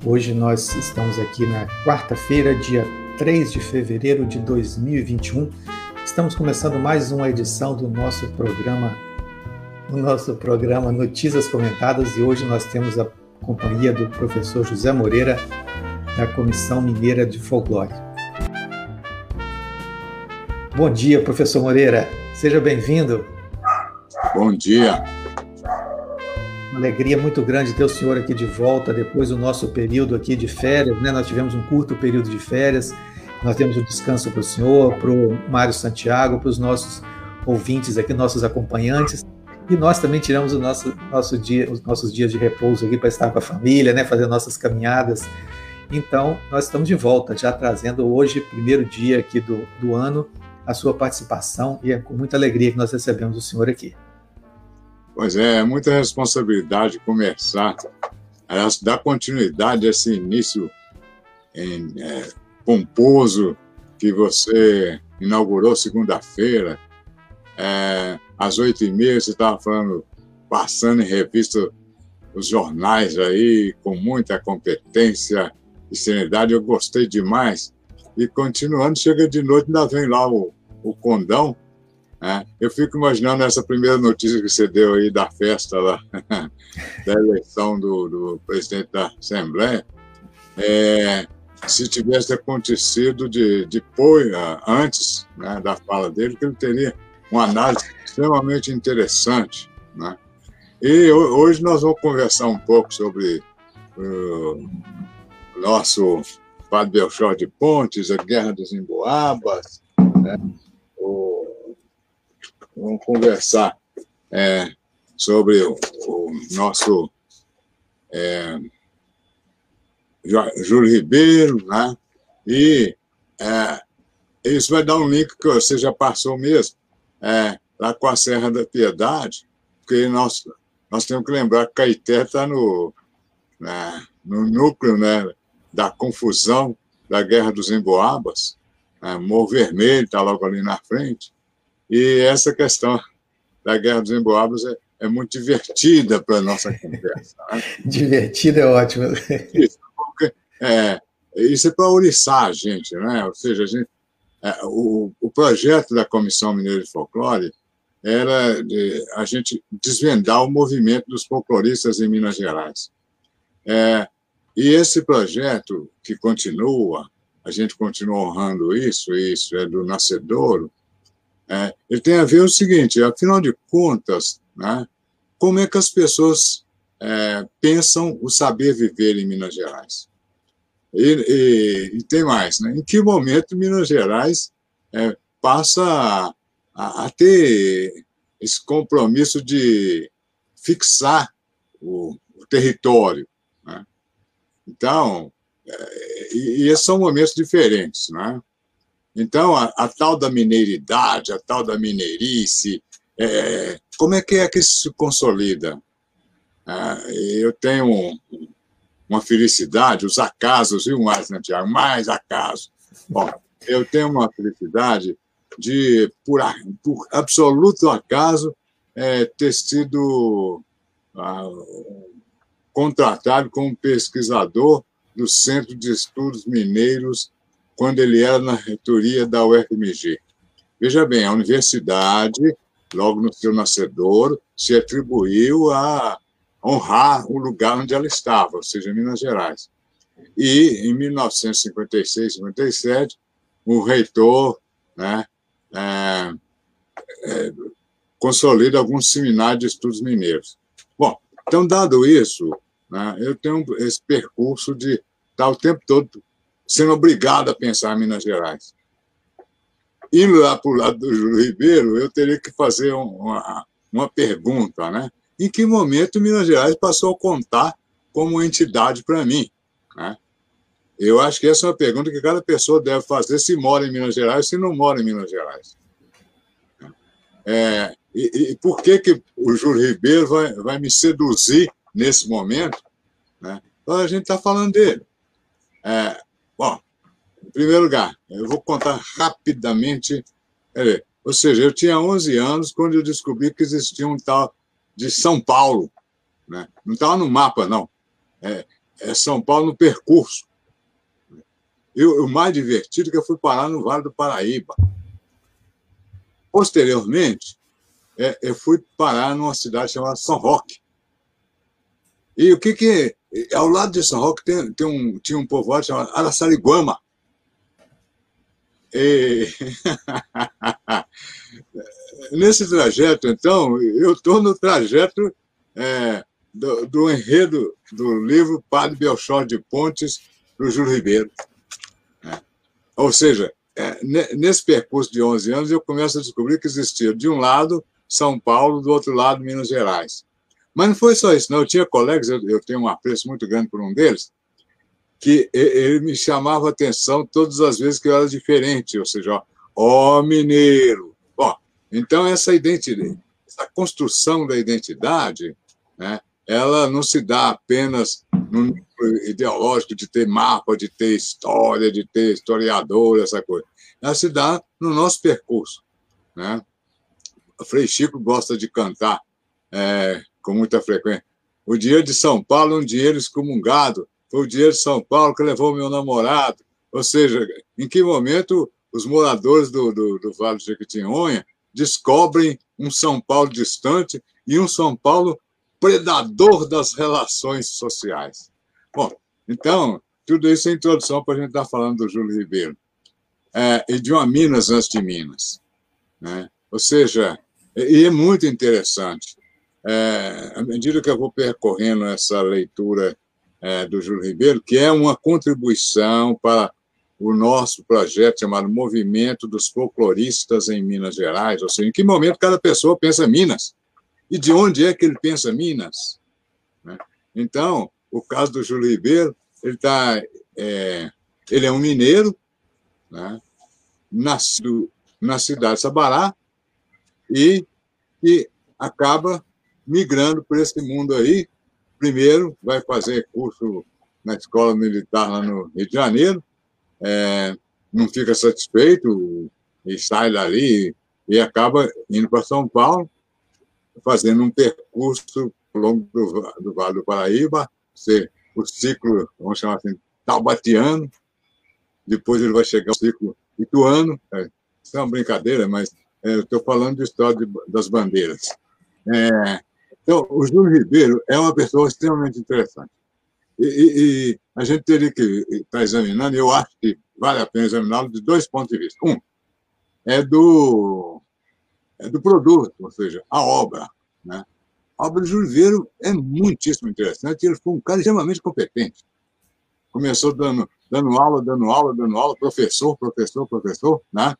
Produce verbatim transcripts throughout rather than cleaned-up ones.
Hoje nós estamos aqui na quarta-feira, dia três de fevereiro de dois mil e vinte e um. Estamos começando mais uma edição do nosso programa, o nosso programa Notícias Comentadas, e hoje nós temos a companhia do professor José Moreira, da Comissão Mineira de Folclore. Bom dia, professor Moreira. Seja bem-vindo. Bom dia. Uma alegria muito grande ter o senhor aqui de volta depois do nosso período aqui de férias, né? Nós tivemos um curto período de férias, nós temos um descanso para o senhor, para o Mário Santiago, para os nossos ouvintes aqui, nossos acompanhantes, e nós também tiramos o nosso, nosso dia, os nossos dias de repouso aqui para estar com a família, né? Fazer nossas caminhadas. Então, nós estamos de volta, já trazendo hoje, primeiro dia aqui do, do ano, a sua participação, e é com muita alegria que nós recebemos o senhor aqui. Pois é, muita responsabilidade começar, aliás, dar continuidade a esse início em, é, pomposo que você inaugurou segunda-feira. É, às oito e meia você estava falando, passando em revista os jornais aí, com muita competência e serenidade. Eu gostei demais. E continuando, chega de noite, ainda vem lá o, o condão. É, eu fico imaginando essa primeira notícia que você deu aí da festa lá, da eleição do, do presidente da Assembleia. É, se tivesse acontecido de, depois, antes, né, da fala dele, que ele teria uma análise extremamente interessante, né? E hoje nós vamos conversar um pouco sobre uh, o nosso Padre Belchior de Pontes, a Guerra dos Emboabas, né? o Vamos conversar é, sobre o, o nosso é, Júlio Ribeiro, né? E é, isso vai dar um link que você já passou mesmo, é, lá com a Serra da Piedade, porque nós, nós temos que lembrar que Caeté está no, né, no núcleo, né, da confusão da Guerra dos Emboabas, né? Morro Vermelho está logo ali na frente. E essa questão da Guerra dos Emboabas é, é muito divertida para a nossa conversa. Né? Divertida é ótimo. Isso, porque, é, isso é para oriçar a gente, né? Ou seja, a gente, é, o, o projeto da Comissão Mineira de Folclore era de, a gente desvendar o movimento dos folcloristas em Minas Gerais. É, e esse projeto, que continua, a gente continua honrando isso, isso é do Nascedouro. É, ele tem a ver o seguinte, afinal de contas, né, como é que as pessoas é, pensam o saber viver em Minas Gerais? E, e, e tem mais, né? Em que momento Minas Gerais é, passa a, a, a ter esse compromisso de fixar o, o território, né? Então, é, e, e esses são momentos diferentes, né? Então, a, a tal da mineiridade, a tal da mineirice, é, como é que é que isso se consolida? É, eu tenho um, uma felicidade, os acasos, viu, mais, Santiago? Mais acaso. Bom, eu tenho uma felicidade de, por, por absoluto acaso, é, ter sido ah, contratado como pesquisador do Centro de Estudos Mineiros quando ele era na reitoria da U F M G. Veja bem, a universidade, logo no seu nascedouro, se atribuiu a honrar o lugar onde ela estava, ou seja, Minas Gerais. E, em mil novecentos e cinquenta e seis, cinquenta e sete, o reitor, né, é, é, consolida alguns seminários de estudos mineiros. Bom, então, dado isso, né, eu tenho esse percurso de estar o tempo todo sendo obrigado a pensar em Minas Gerais. Indo lá para o lado do Júlio Ribeiro, eu teria que fazer uma, uma pergunta, né? Em que momento Minas Gerais passou a contar como entidade para mim, né? Eu acho que essa é uma pergunta que cada pessoa deve fazer se mora em Minas Gerais, se não mora em Minas Gerais. É, e, e por que, que o Júlio Ribeiro vai, vai me seduzir nesse momento, né? Então, a gente está falando dele. É, bom, em primeiro lugar, eu vou contar rapidamente. É, ou seja, eu tinha onze anos quando eu descobri que existia um tal de São Paulo, né? Não estava no mapa, não. É, é São Paulo no percurso. E o mais divertido é que eu fui parar no Vale do Paraíba. Posteriormente, é, eu fui parar numa cidade chamada São Roque. E o que que... Ao lado de São Roque tem, tem um, tinha um povoado chamado Araçariguama. E... Nesse trajeto, então, eu estou no trajeto é, do, do enredo do livro Padre Belchior de Pontes, do Júlio Ribeiro. É. Ou seja, é, nesse percurso de onze anos, eu começo a descobrir que existia, de um lado, São Paulo, do outro lado, Minas Gerais. Mas não foi só isso, não. Eu tinha colegas, eu, eu tenho um apreço muito grande por um deles, que ele me chamava a atenção todas as vezes que eu era diferente, ou seja, ó, ó mineiro. Ó, então, essa identidade, essa construção da identidade, né, ela não se dá apenas no nível ideológico de ter mapa, de ter história, de ter historiador, essa coisa. Ela se dá no nosso percurso. Né? O Frei Chico gosta de cantar é, com muita frequência. O dinheiro de São Paulo é um dinheiro excomungado. Foi o dinheiro de São Paulo que levou meu namorado. Ou seja, em que momento os moradores do, do, do Vale do Jequitinhonha descobrem um São Paulo distante e um São Paulo predador das relações sociais. Bom, então, tudo isso é introdução para a gente estar falando do Júlio Ribeiro. É, e de uma Minas antes de Minas. Né? Ou seja, e é muito interessante. É, à medida que eu vou percorrendo essa leitura é, do Júlio Ribeiro, que é uma contribuição para o nosso projeto chamado Movimento dos Folcloristas em Minas Gerais, ou seja, em que momento cada pessoa pensa Minas, e de onde é que ele pensa Minas. Né? Então, o caso do Júlio Ribeiro, ele, tá, é, ele é um mineiro, né, nascido na cidade de Sabará, e que acaba migrando para esse mundo aí. Primeiro, vai fazer curso na escola militar lá no Rio de Janeiro, é, não fica satisfeito e sai dali e acaba indo para São Paulo, fazendo um percurso ao longo do, do Vale do Paraíba, o ciclo, vamos chamar assim, taubatiano, depois ele vai chegar ao ciclo ituano, é, isso é uma brincadeira, mas é, eu estou falando de história de, das bandeiras. É, então, o Júlio Ribeiro é uma pessoa extremamente interessante. E, e, e a gente teria que estar examinando, e eu acho que vale a pena examiná-lo de dois pontos de vista. Um, é do, é do produto, ou seja, a obra. Né? A obra do Júlio Ribeiro é muitíssimo interessante, e ele foi um cara extremamente competente. Começou dando, dando aula, dando aula, dando aula, professor, professor, professor, né?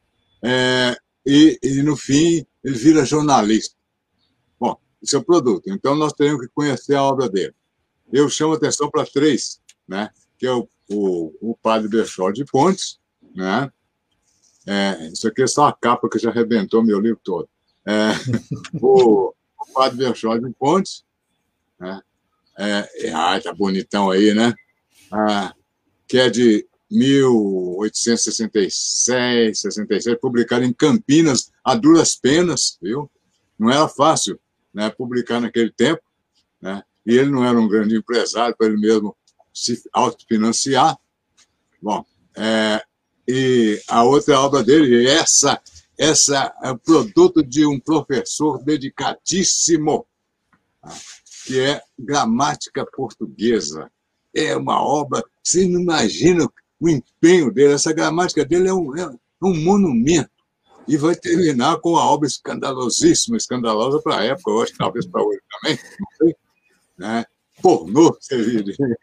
É, e, e, no fim, ele vira jornalista. Bom, isso é o produto. Então, nós temos que conhecer a obra dele. Eu chamo atenção para três, né? Que é o, o, o Padre Belchior de Pontes, né? É, isso aqui é só a capa que já arrebentou meu livro todo. É, o, o Padre Belchior de Pontes, né? É, ah, tá bonitão aí, né? Ah, que é de mil oitocentos e sessenta e seis, sessenta e sete, publicado em Campinas, a duras penas, viu? Não era fácil, né, publicar naquele tempo, né? E ele não era um grande empresário para ele mesmo se autofinanciar. Bom, é, e a outra obra dele, essa, essa é o produto de um professor dedicadíssimo, que é Gramática Portuguesa. É uma obra, você não imagina o empenho dele, essa gramática dele é um, é um monumento. E vai terminar com uma obra escandalosíssima, escandalosa para a época, eu acho que talvez para hoje também, não sei. Né? Pornô, você dizer.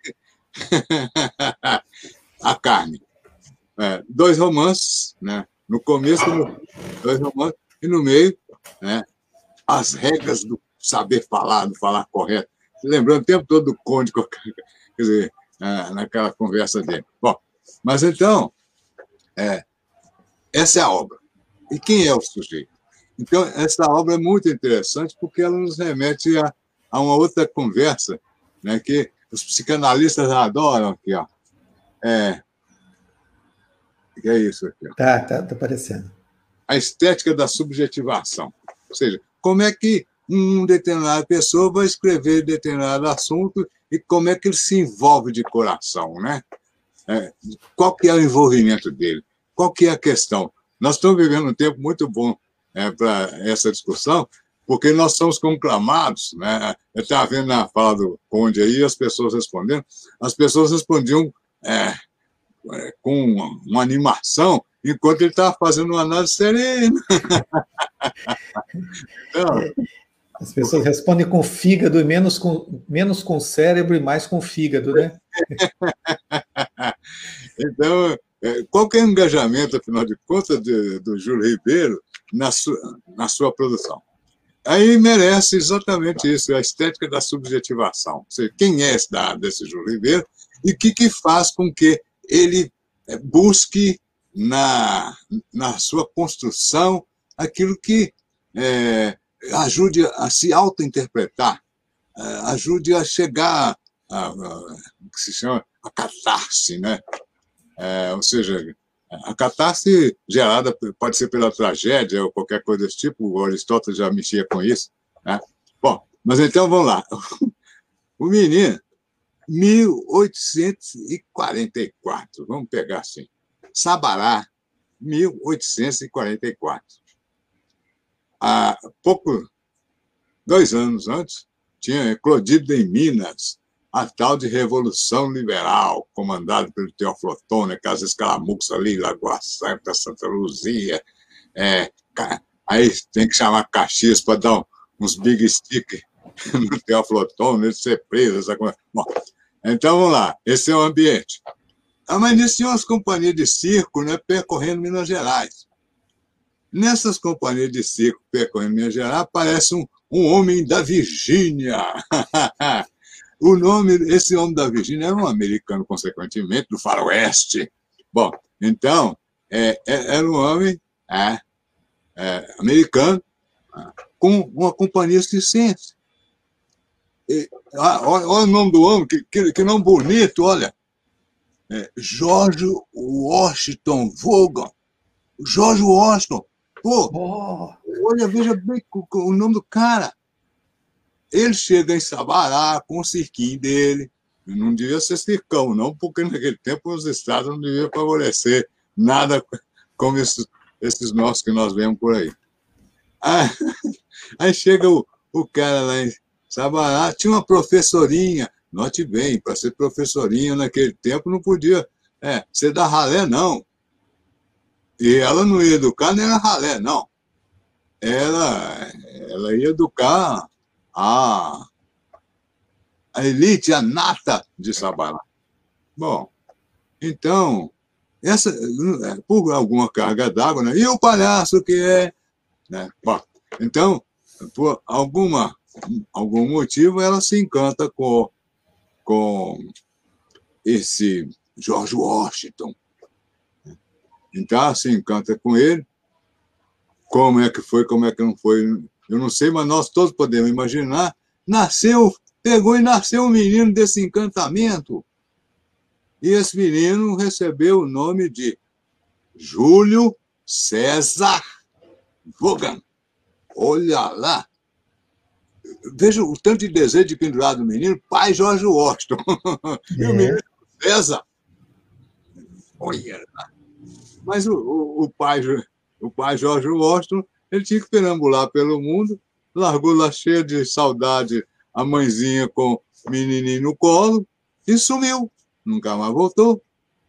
A Carne. É, dois romances, né? No começo, dois romances, e no meio, né? As regras do saber falar, do falar correto. Lembrando o tempo todo do Conde, quer dizer, naquela conversa dele. Bom, mas então, é, essa é a obra. E quem é o sujeito? Então, essa obra é muito interessante porque ela nos remete a, a uma outra conversa, né, que os psicanalistas adoram aqui, ó. É, que é isso aqui, ó. Tá, tá, tá aparecendo. A estética da subjetivação. Ou seja, como é que uma determinada pessoa vai escrever determinado assunto e como é que ele se envolve de coração, né? É, qual que é o envolvimento dele? Qual que é a questão? Nós estamos vivendo um tempo muito bom é, para essa discussão, porque nós somos conclamados, né? Eu estava vendo na fala do Conde aí, as pessoas respondendo, as pessoas respondiam é, é, com uma, uma animação, enquanto ele estava fazendo uma análise serena. Então, é, as pessoas respondem com fígado, e menos com, menos com cérebro e mais com fígado, né? Então, qual que é o engajamento, afinal de contas, de, do Júlio Ribeiro na sua, na sua produção? Aí merece exatamente isso, a estética da subjetivação. Ou seja, quem é esse, desse Júlio Ribeiro e o que, que faz com que ele busque na, na sua construção aquilo que é, ajude a se auto-interpretar, ajude a chegar a, a, a que se chama a catarse, né? É, ou seja, a catarse gerada pode ser pela tragédia ou qualquer coisa desse tipo, o Aristóteles já mexia com isso, né? Bom, mas então vamos lá. O menino, mil oitocentos e quarenta e quatro, vamos pegar assim, Sabará, mil oitocentos e quarenta e quatro. Há pouco, dois anos antes, tinha eclodido em Minas a tal de Revolução Liberal, comandada pelo Teoflotone, aquelas escaramuças ali, Lagoa Santa, Santa Luzia. É, aí tem que chamar Caxias para dar uns big stick no Teoflotone, ele ser preso. Essa coisa. Bom, então vamos lá, esse é o ambiente. Ah, mas existiam as companhias de circo, né, percorrendo Minas Gerais. Nessas companhias de circo percorrendo Minas Gerais aparece um, um homem da Virgínia. O nome, esse homem da Virgínia era um americano, consequentemente, do faroeste. Bom, então, é, é, era um homem é, é, americano com uma companhia circense. E, olha, olha o nome do homem, que, que, que nome bonito, olha. É, George Washington Vaughan. George Washington. Pô, oh. Olha, veja bem o, o nome do cara. Ele chega em Sabará com o cirquinho dele. Não devia ser circão, não, porque naquele tempo os estados não deviam favorecer nada como esses, esses nossos que nós vemos por aí. Aí, aí chega o, o cara lá em Sabará, tinha uma professorinha. Note bem, para ser professorinha naquele tempo não podia é, ser da ralé, não. E ela não ia educar nem a ralé, não. Ela, ela ia educar a, a elite, a nata de Sabará. Bom, então, essa, por alguma carga d'água, né? E o palhaço que é? Né? Bom, então, por alguma, algum motivo, ela se encanta com, com esse George Washington. Então, ela se encanta com ele. Como é que foi, como é que não foi, eu não sei, mas nós todos podemos imaginar. Nasceu, pegou e nasceu um menino desse encantamento. E esse menino recebeu o nome de Júlio César Vaughan. Olha lá. Veja o tanto de desejo de pendurar do menino, pai George Washington. É. E o menino César. Olha lá. Mas o, o, o, pai, o pai George Washington, ele tinha que perambular pelo mundo, largou lá cheio de saudade a mãezinha com o menininho no colo e sumiu. Nunca mais voltou.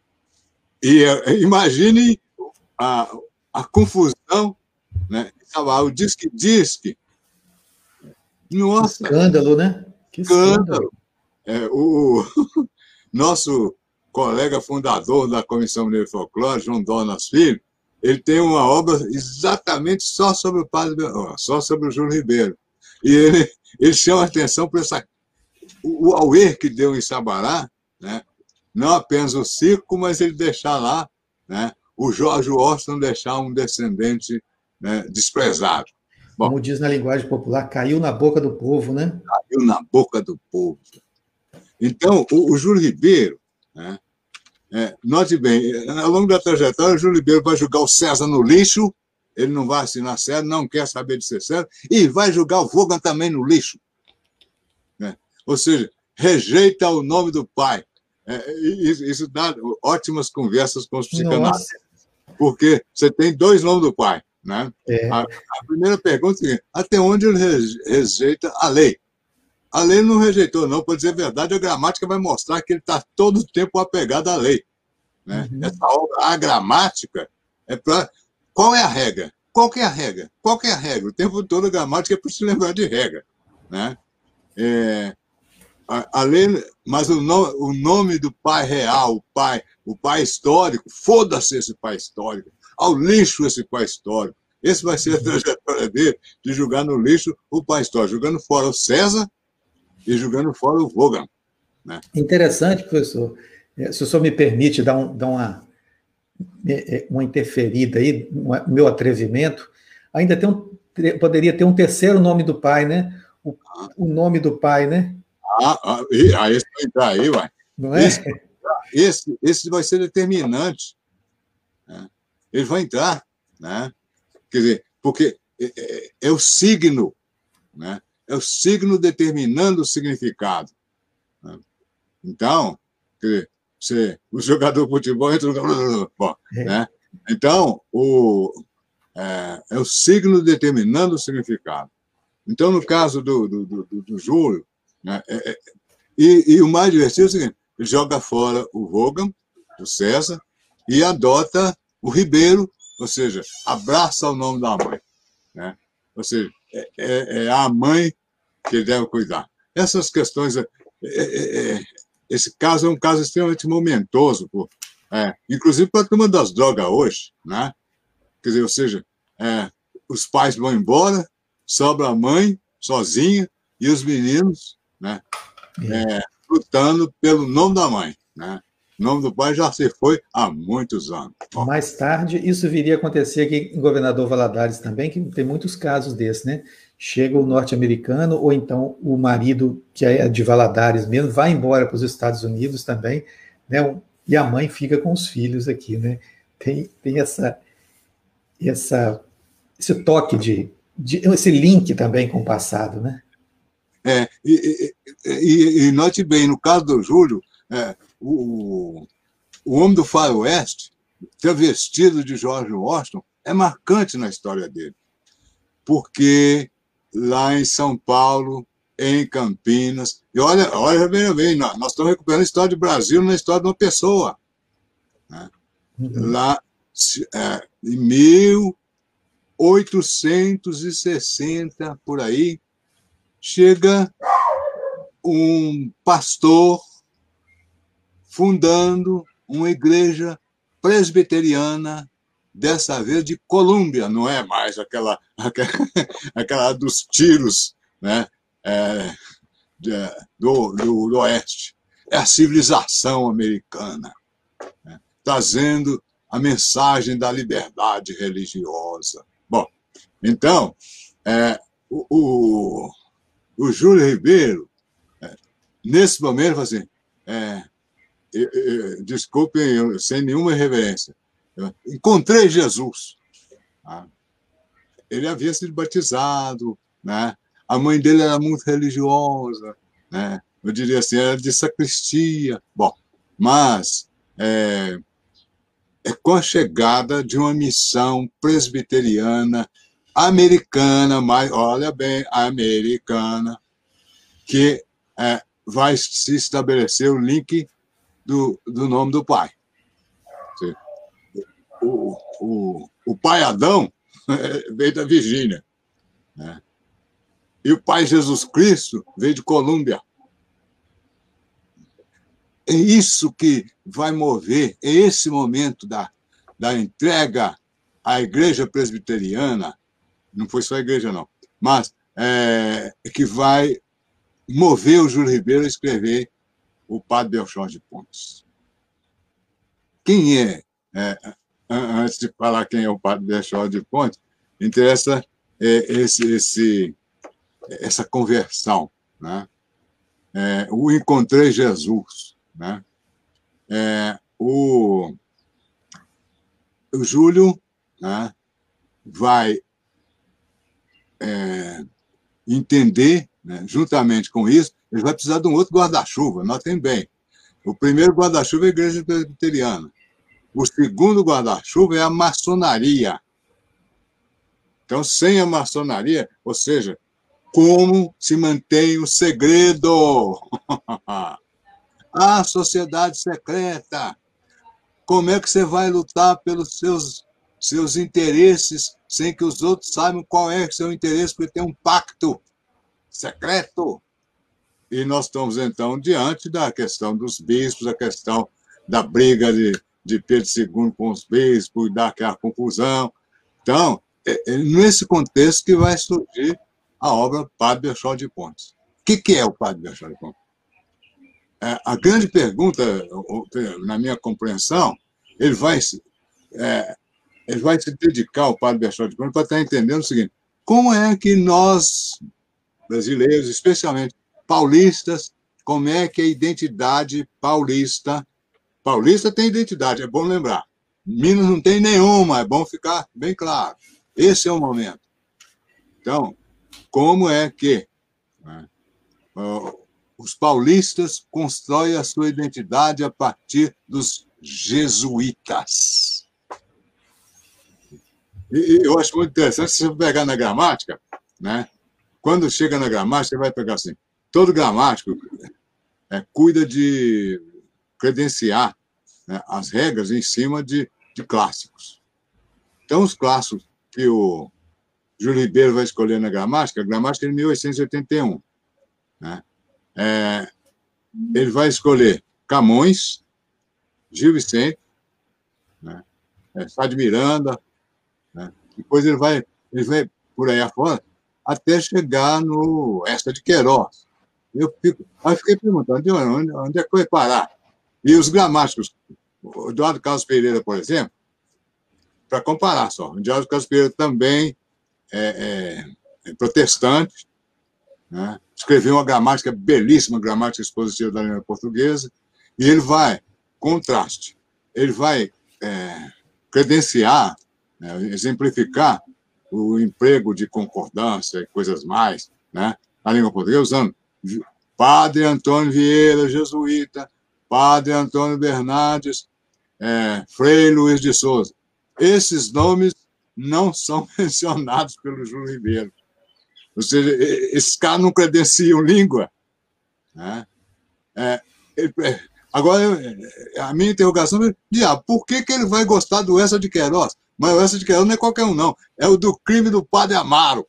E imagine a, a confusão, né? O disque-disque. Nossa! Escândalo, né? Que escândalo! É, o nosso colega fundador da Comissão Mineira de Folclore, João Donas Filho, ele tem uma obra exatamente só sobre o padre, só sobre o Júlio Ribeiro. E ele, ele chama a atenção para essa, o, o auê que deu em Sabará, né? Não apenas o circo, mas ele deixar lá, né? O George Washington deixar um descendente, né, desprezado. Bom, como diz na linguagem popular, caiu na boca do povo, né? Caiu na boca do povo. Então, o, o Júlio Ribeiro, né, é, note bem, ao longo da trajetória, o Júlio Ribeiro vai jogar o César no lixo, ele não vai assinar sério, não quer saber de ser sério, e vai jogar o Vaughan também no lixo. Né? Ou seja, rejeita o nome do pai. É, isso, isso dá ótimas conversas com os psicanalistas, porque você tem dois nomes do pai. Né? É. A, a primeira pergunta é a seguinte: até onde ele rejeita a lei? A lei não rejeitou, não. Para dizer a verdade, a gramática vai mostrar que ele está todo o tempo apegado à lei. Né? Uhum. Essa obra, a gramática, é para... Qual é a regra? Qual que é a regra? Qual que é a regra? O tempo todo a gramática é para se lembrar de regra. Né? É... A, a lei... Mas o, no... o nome do pai real, o pai, o pai histórico, foda-se esse pai histórico, ao lixo esse pai histórico. Esse vai ser a trajetória dele, de jogar no lixo o pai histórico, jogando fora o César e jogando fora o Vaughan. Né? Interessante, professor. Se o senhor me permite dar, um, dar uma, uma interferida aí, o meu atrevimento, ainda tem um, poderia ter um terceiro nome do pai, né? O, ah. o nome do pai, né? Ah, ah e, aí esse vai entrar aí, uai. Não é? Esse, esse, esse vai ser determinante. Né? Ele vai entrar, né? Quer dizer, porque é, é, é o signo, né? É o signo determinando o significado. Né? Então, quer dizer, você, o jogador de futebol entra no... Bom, é. Né? Então, o, é, é o signo determinando o significado. Então, no caso do, do, do, do Júlio, né? é, é, e, e o mais divertido é o seguinte: ele joga fora o Vaughan, o César, e adota o Ribeiro, ou seja, abraça o nome da mãe. Né? Ou seja, é, é, é a mãe que ele deve cuidar. Essas questões... É, é, é, esse caso é um caso extremamente momentoso, pô. É, inclusive para a turma das drogas hoje. Né? Quer dizer, ou seja, é, os pais vão embora, sobra a mãe sozinha e os meninos, né, é, lutando pelo nome da mãe. Né? O nome do pai já se foi há muitos anos. Bom. Mais tarde, isso viria a acontecer aqui em Governador Valadares também, que tem muitos casos desses, né? Chega o norte-americano, ou então o marido, que é de Valadares mesmo, vai embora para os Estados Unidos também, né? E a mãe fica com os filhos aqui, né? Tem, tem essa, essa, esse toque de, de... esse link também com o passado, né? É, e, e, e, e note bem, no caso do Júlio, é, o, o homem do faroeste, travestido de George Washington, é marcante na história dele. Porque lá em São Paulo, em Campinas, e olha, olha bem, bem, nós estamos recuperando a história do Brasil na história de uma pessoa. Né? Uhum. Lá, é, em mil oitocentos e sessenta, por aí, chega um pastor fundando uma igreja presbiteriana, dessa vez de Colômbia, não é mais aquela, aquela, aquela dos tiros, né, é, de, do, do, do Oeste. É a civilização americana, né, trazendo a mensagem da liberdade religiosa. Bom, então, é, o, o, o Júlio Ribeiro, é, nesse momento, assim, é, eu, eu, desculpem, eu, sem nenhuma reverência, encontrei Jesus. Ele havia sido batizado, né? A mãe dele era muito religiosa, né? Eu diria assim, era de sacristia. Bom, mas é, é com a chegada de uma missão presbiteriana americana, mas olha bem, americana, que é, vai se estabelecer o link do, do nome do pai. O, o, o pai Adão veio da Virgínia, né? E o pai Jesus Cristo veio de Colômbia. É isso que vai mover, é esse momento da, da entrega à igreja presbiteriana, não foi só a igreja, não, mas é, que vai mover o Júlio Ribeiro a escrever o Padre Belchior de Pontes. Quem é, é antes de falar quem é o Padre Belchior de Pontes, interessa é, esse, esse, essa conversão, né? É, o Encontrei Jesus, né? É, o, o Júlio, né, vai é, entender, né, juntamente com isso, ele vai precisar de um outro guarda-chuva, notem bem. O primeiro guarda-chuva é a Igreja Presbiteriana. O segundo guarda-chuva é a maçonaria. Então, sem a maçonaria, ou seja, como se mantém o segredo? A sociedade secreta. Como é que você vai lutar pelos seus, seus interesses sem que os outros saibam qual é o seu interesse, porque tem um pacto secreto? E nós estamos, então, diante da questão dos bispos, a questão da briga de, de Pedro segundo com os bispos, daquela confusão. Então, é, é nesse contexto que vai surgir a obra Padre Berchold de Pontes. O que, que é o Padre Berchold de Pontes? É, a grande pergunta, na minha compreensão, ele vai, é, ele vai se dedicar ao Padre Berchold de Pontes para estar entendendo o seguinte: como é que nós, brasileiros, especialmente paulistas, como é que a identidade paulista... Paulista tem identidade, é bom lembrar. Minas não tem nenhuma, é bom ficar bem claro. Esse é o momento. Então, como é que, né, os paulistas constroem a sua identidade a partir dos jesuítas? E eu acho muito interessante, se você pegar na gramática, né, quando chega na gramática, você vai pegar assim, todo gramático é, cuida de credenciar, né, as regras em cima de, de clássicos. Então, os clássicos que o Júlio Ribeiro vai escolher na gramática, a gramática é de mil oitocentos e oitenta e um. Né? É, ele vai escolher Camões, Gil Vicente, né? é, Sá de Miranda, né? Depois ele vai, ele vai por aí afora, até chegar no Esta de Queiroz. Eu fico, aí fiquei perguntando, onde, onde é que foi parar? E os gramáticos, o Eduardo Carlos Pereira, por exemplo, para comparar só, o Eduardo Carlos Pereira também é, é, é protestante, né? Escreveu uma gramática belíssima, gramática expositiva da língua portuguesa, e ele vai, contraste, ele vai é, credenciar, né, exemplificar o emprego de concordância e coisas mais, né, na língua portuguesa, usando Padre Antônio Vieira, jesuíta, Padre Antônio Bernardes, é, Frei Luiz de Souza. Esses nomes não são mencionados pelo Júlio Ribeiro. Ou seja, esses caras não credenciam língua. Né? É, agora, a minha interrogação é, diabo, por que, que ele vai gostar do Essa de Queiroz? Mas o Essa de Queiroz não é qualquer um, não. É o do Crime do Padre Amaro.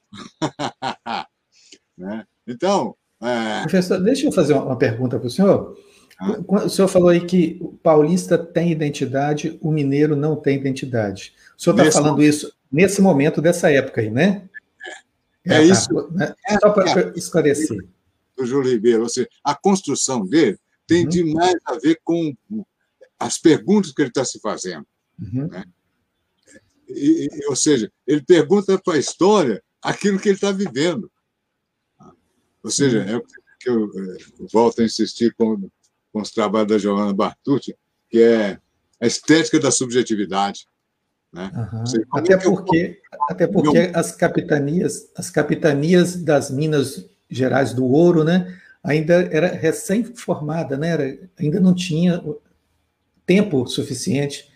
Né? Então... É... Professor, deixa eu fazer uma pergunta para o senhor. Ah. O senhor falou aí que o paulista tem identidade, o mineiro não tem identidade. O senhor está falando momento. isso nesse momento dessa época aí, né? É, é isso. Tá, né? Só para esclarecer. Do Júlio Ribeiro, ou seja, a construção dele tem uhum. demais a ver com as perguntas que ele está se fazendo. Uhum. Né? E, e, ou seja, ele pergunta para a história aquilo que ele está vivendo. Ou seja, uhum. é o que eu, eu volto a insistir com, com os trabalhos da Giovanna Bartucci, que é a estética da subjetividade. Né? Uhum. Seja, até, é porque, eu... até porque eu... as capitanias, as capitanias das Minas Gerais do Ouro, né, ainda era recém-formada, né, era, ainda não tinha tempo suficiente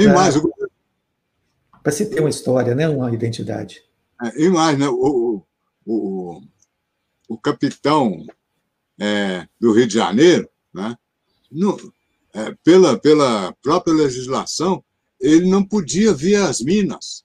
para se ter uma história, né, uma identidade. É, e mais, né, o, o, o capitão é, do Rio de Janeiro, né, no, é, pela, pela própria legislação, ele não podia vir às Minas.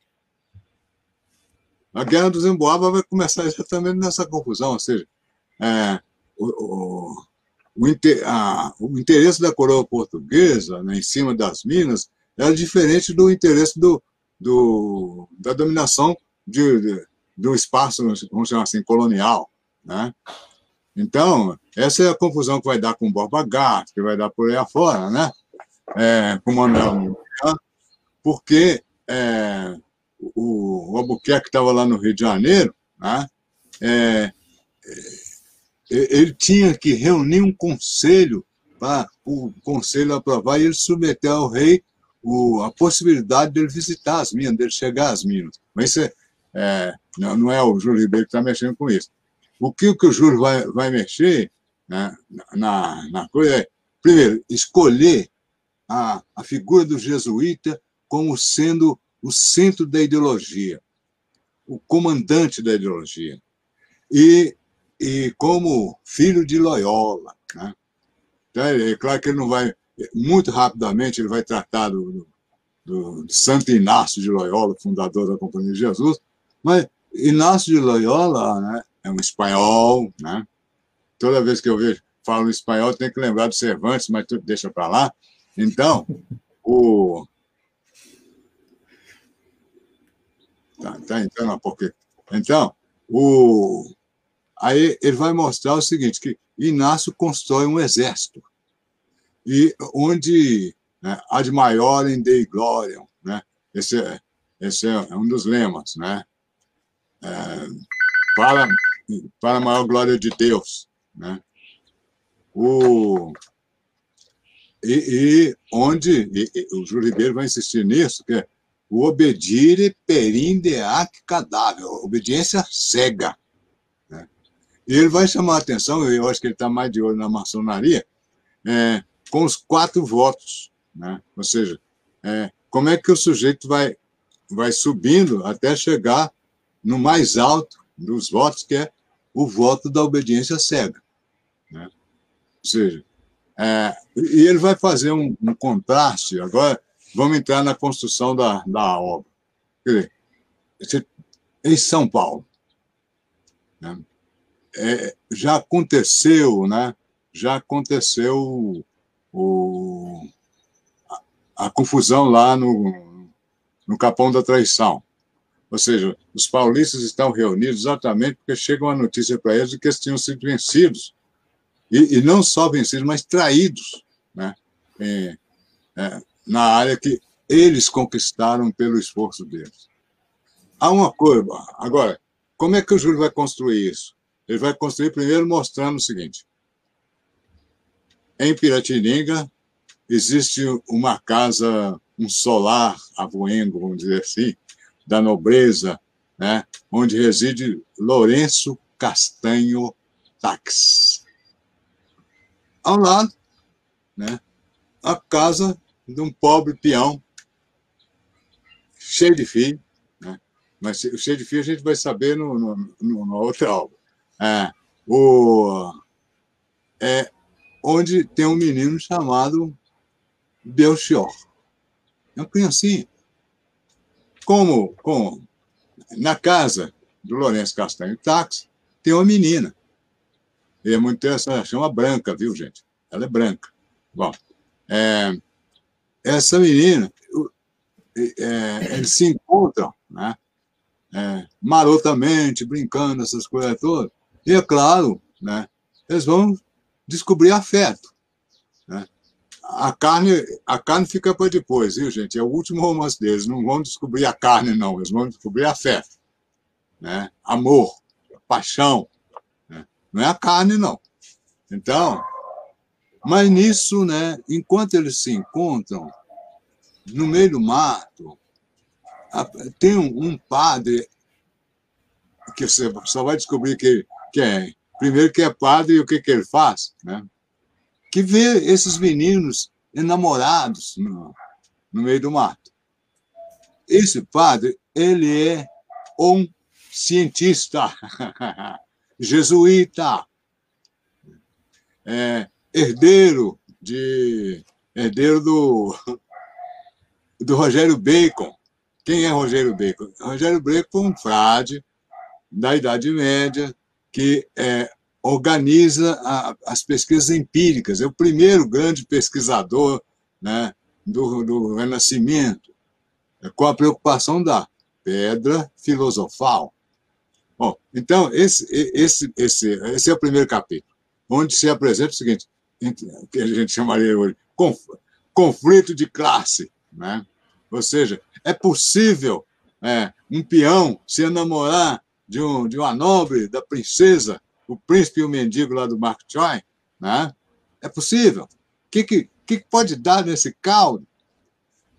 A Guerra dos Emboabas vai começar exatamente nessa confusão, ou seja, é, o, o, o, inter, a, o interesse da coroa portuguesa, né, em cima das Minas era diferente do interesse do, do, da dominação de, de, do espaço, vamos chamar assim, colonial. Né? Então, essa é a confusão que vai dar com o Borba Gato, que vai dar por aí afora, né? É, com o Manuel, porque é, o, o Albuquerque estava lá no Rio de Janeiro, né? é, ele tinha que reunir um conselho para o conselho aprovar e ele submeter ao rei o, a possibilidade dele visitar as minas, dele chegar às minas. Mas isso é, é, não, não é o Júlio Ribeiro que está mexendo com isso. O que, que o Júlio vai, vai mexer, né, na, na coisa é, primeiro, escolher a, a figura do jesuíta como sendo o centro da ideologia, o comandante da ideologia, e, e como filho de Loyola. Né? Então, é claro que ele não vai, muito rapidamente, ele vai tratar do, do, do Santo Inácio de Loyola, fundador da Companhia de Jesus, mas Inácio de Loyola, né, é um espanhol, né? Toda vez que eu vejo, falo espanhol, eu tenho que lembrar do Cervantes, mas tu deixa para lá. Então, o... Tá, tá entrando porque... Então, o... aí ele vai mostrar o seguinte, que Inácio constrói um exército, e onde, né, ad maiorem Dei gloriam, né? Esse, é, esse é um dos lemas, né? É, para, para a maior glória de Deus, né? O, e, e onde e, e, o Júlio Ribeiro vai insistir nisso, que é o obedire perinde ac cadáver, obediência cega. Né? E ele vai chamar a atenção, eu acho que ele está mais de olho na maçonaria, é, com os quatro votos. Né? Ou seja, é, como é que o sujeito vai, vai subindo até chegar no mais alto dos votos, que é o voto da obediência cega. Né? Ou seja, é, e ele vai fazer um, um contraste. Agora, vamos entrar na construção da, da obra. Quer dizer, em São Paulo, né, é, já aconteceu, né, já aconteceu o, a, a confusão lá no, no Capão da Traição. Ou seja, os paulistas estão reunidos exatamente porque chega uma notícia para eles de que eles tinham sido vencidos. E, e não só vencidos, mas traídos, né? É, é, na área que eles conquistaram pelo esforço deles. Há uma coisa... Agora, como é que o Júlio vai construir isso? Ele vai construir primeiro mostrando o seguinte. Em Piratininga existe uma casa, um solar avoengo, vamos dizer assim, da nobreza, né, onde reside Lourenço Castanho Tax. Ao lado, né, a casa de um pobre peão, cheio de filho, né, mas o cheio de filho a gente vai saber no, no, no, na outra obra. É, o, é, onde tem um menino chamado Belchior. É uma criancinha. Como, como na casa do Lourenço Castanho Tax, tem uma menina. E é muito interessante, ela chama Branca, viu, gente? Ela é branca. Bom, é, essa menina, é, eles se encontram, né, é, marotamente, brincando, essas coisas todas. E, é claro, né, eles vão descobrir afeto. Né? A carne, a carne fica para depois, viu, gente? É o último romance deles. Não vão descobrir a carne, não. Eles vão descobrir afeto, né? Amor, paixão. Né? Não é a carne, não. Então, mas nisso, né, enquanto eles se encontram, no meio do mato, tem um, um padre que você só vai descobrir que, que é, primeiro que é padre e o que, que ele faz, né? Que vê esses meninos enamorados no, no meio do mato. Esse padre, ele é um cientista, jesuíta, é, herdeiro, de, herdeiro do, do Rogério Bacon. Quem é Rogério Bacon? Rogério Bacon foi um frade da Idade Média que é, organiza a, as pesquisas empíricas. É o primeiro grande pesquisador, né, do, do Renascimento, com a preocupação da pedra filosofal. Bom, então, esse, esse, esse, esse é o primeiro capítulo, onde se apresenta o seguinte, que a gente chamaria hoje conflito de classe. Né? Ou seja, é possível é, um peão se enamorar de, um, de uma nobre, da princesa, o príncipe e o mendigo lá do Mark Twain, né? É possível. O que, que, que pode dar nesse caldo?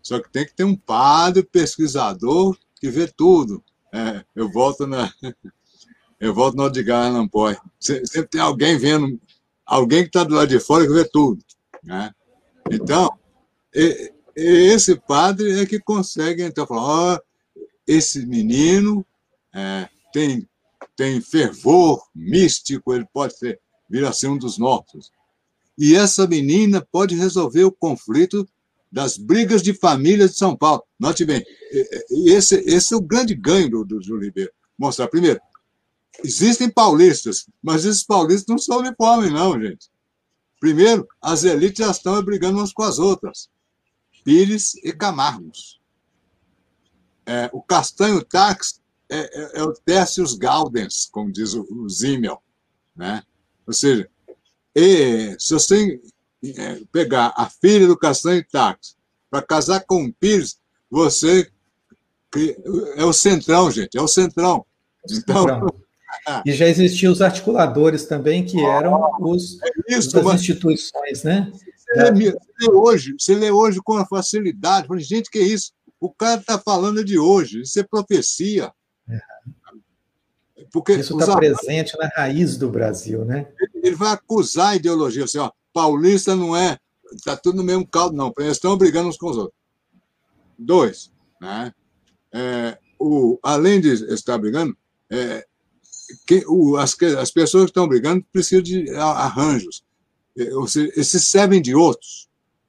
Só que tem que ter um padre pesquisador que vê tudo. É, eu volto na eu volto no Edgar Allan Poe. Sempre tem alguém vendo, alguém que está do lado de fora que vê tudo, né? Então, e, e esse padre é que consegue então falar: oh, esse menino é, tem tem fervor místico, ele pode ser, vir a ser um dos nossos. E essa menina pode resolver o conflito das brigas de família de São Paulo. Note bem, esse, esse é o grande ganho do, do Júlio Ribeiro. Mostrar, primeiro, existem paulistas, mas esses paulistas não são uniformes, não, gente. Primeiro, as elites já estão brigando umas com as outras. Pires e Camargos. É, o Castanho Tax é, é, é o Tertius Gaudens, como diz o, o Zimmel, né? Ou seja, e, se você pegar a filha do Castanho Tax para casar com o Pires, você é o centrão, gente, é o centrão. Então, e já existiam os articuladores também, que eram os, é isso, das mas... instituições, né? Você lê, lê hoje, você lê hoje com facilidade. Gente, que é isso? O cara está falando de hoje, isso é profecia. É. Porque isso está presente na raiz do Brasil, né? Ele vai acusar a ideologia, assim, ó, paulista não é, está tudo no mesmo caldo, não, eles estão brigando uns com os outros. Dois, né? É, o, além de estar brigando, é, que, o, as, as pessoas que estão brigando precisam de arranjos, ou seja, eles se servem de outros.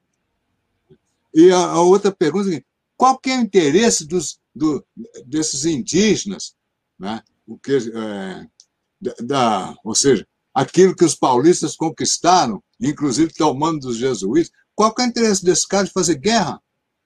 E a, a outra pergunta é: qual que é o interesse dos, do, desses indígenas, né? O que, é, da, ou seja, aquilo que os paulistas conquistaram, inclusive tomando dos jesuítas, qual que é o interesse desse cara de fazer guerra?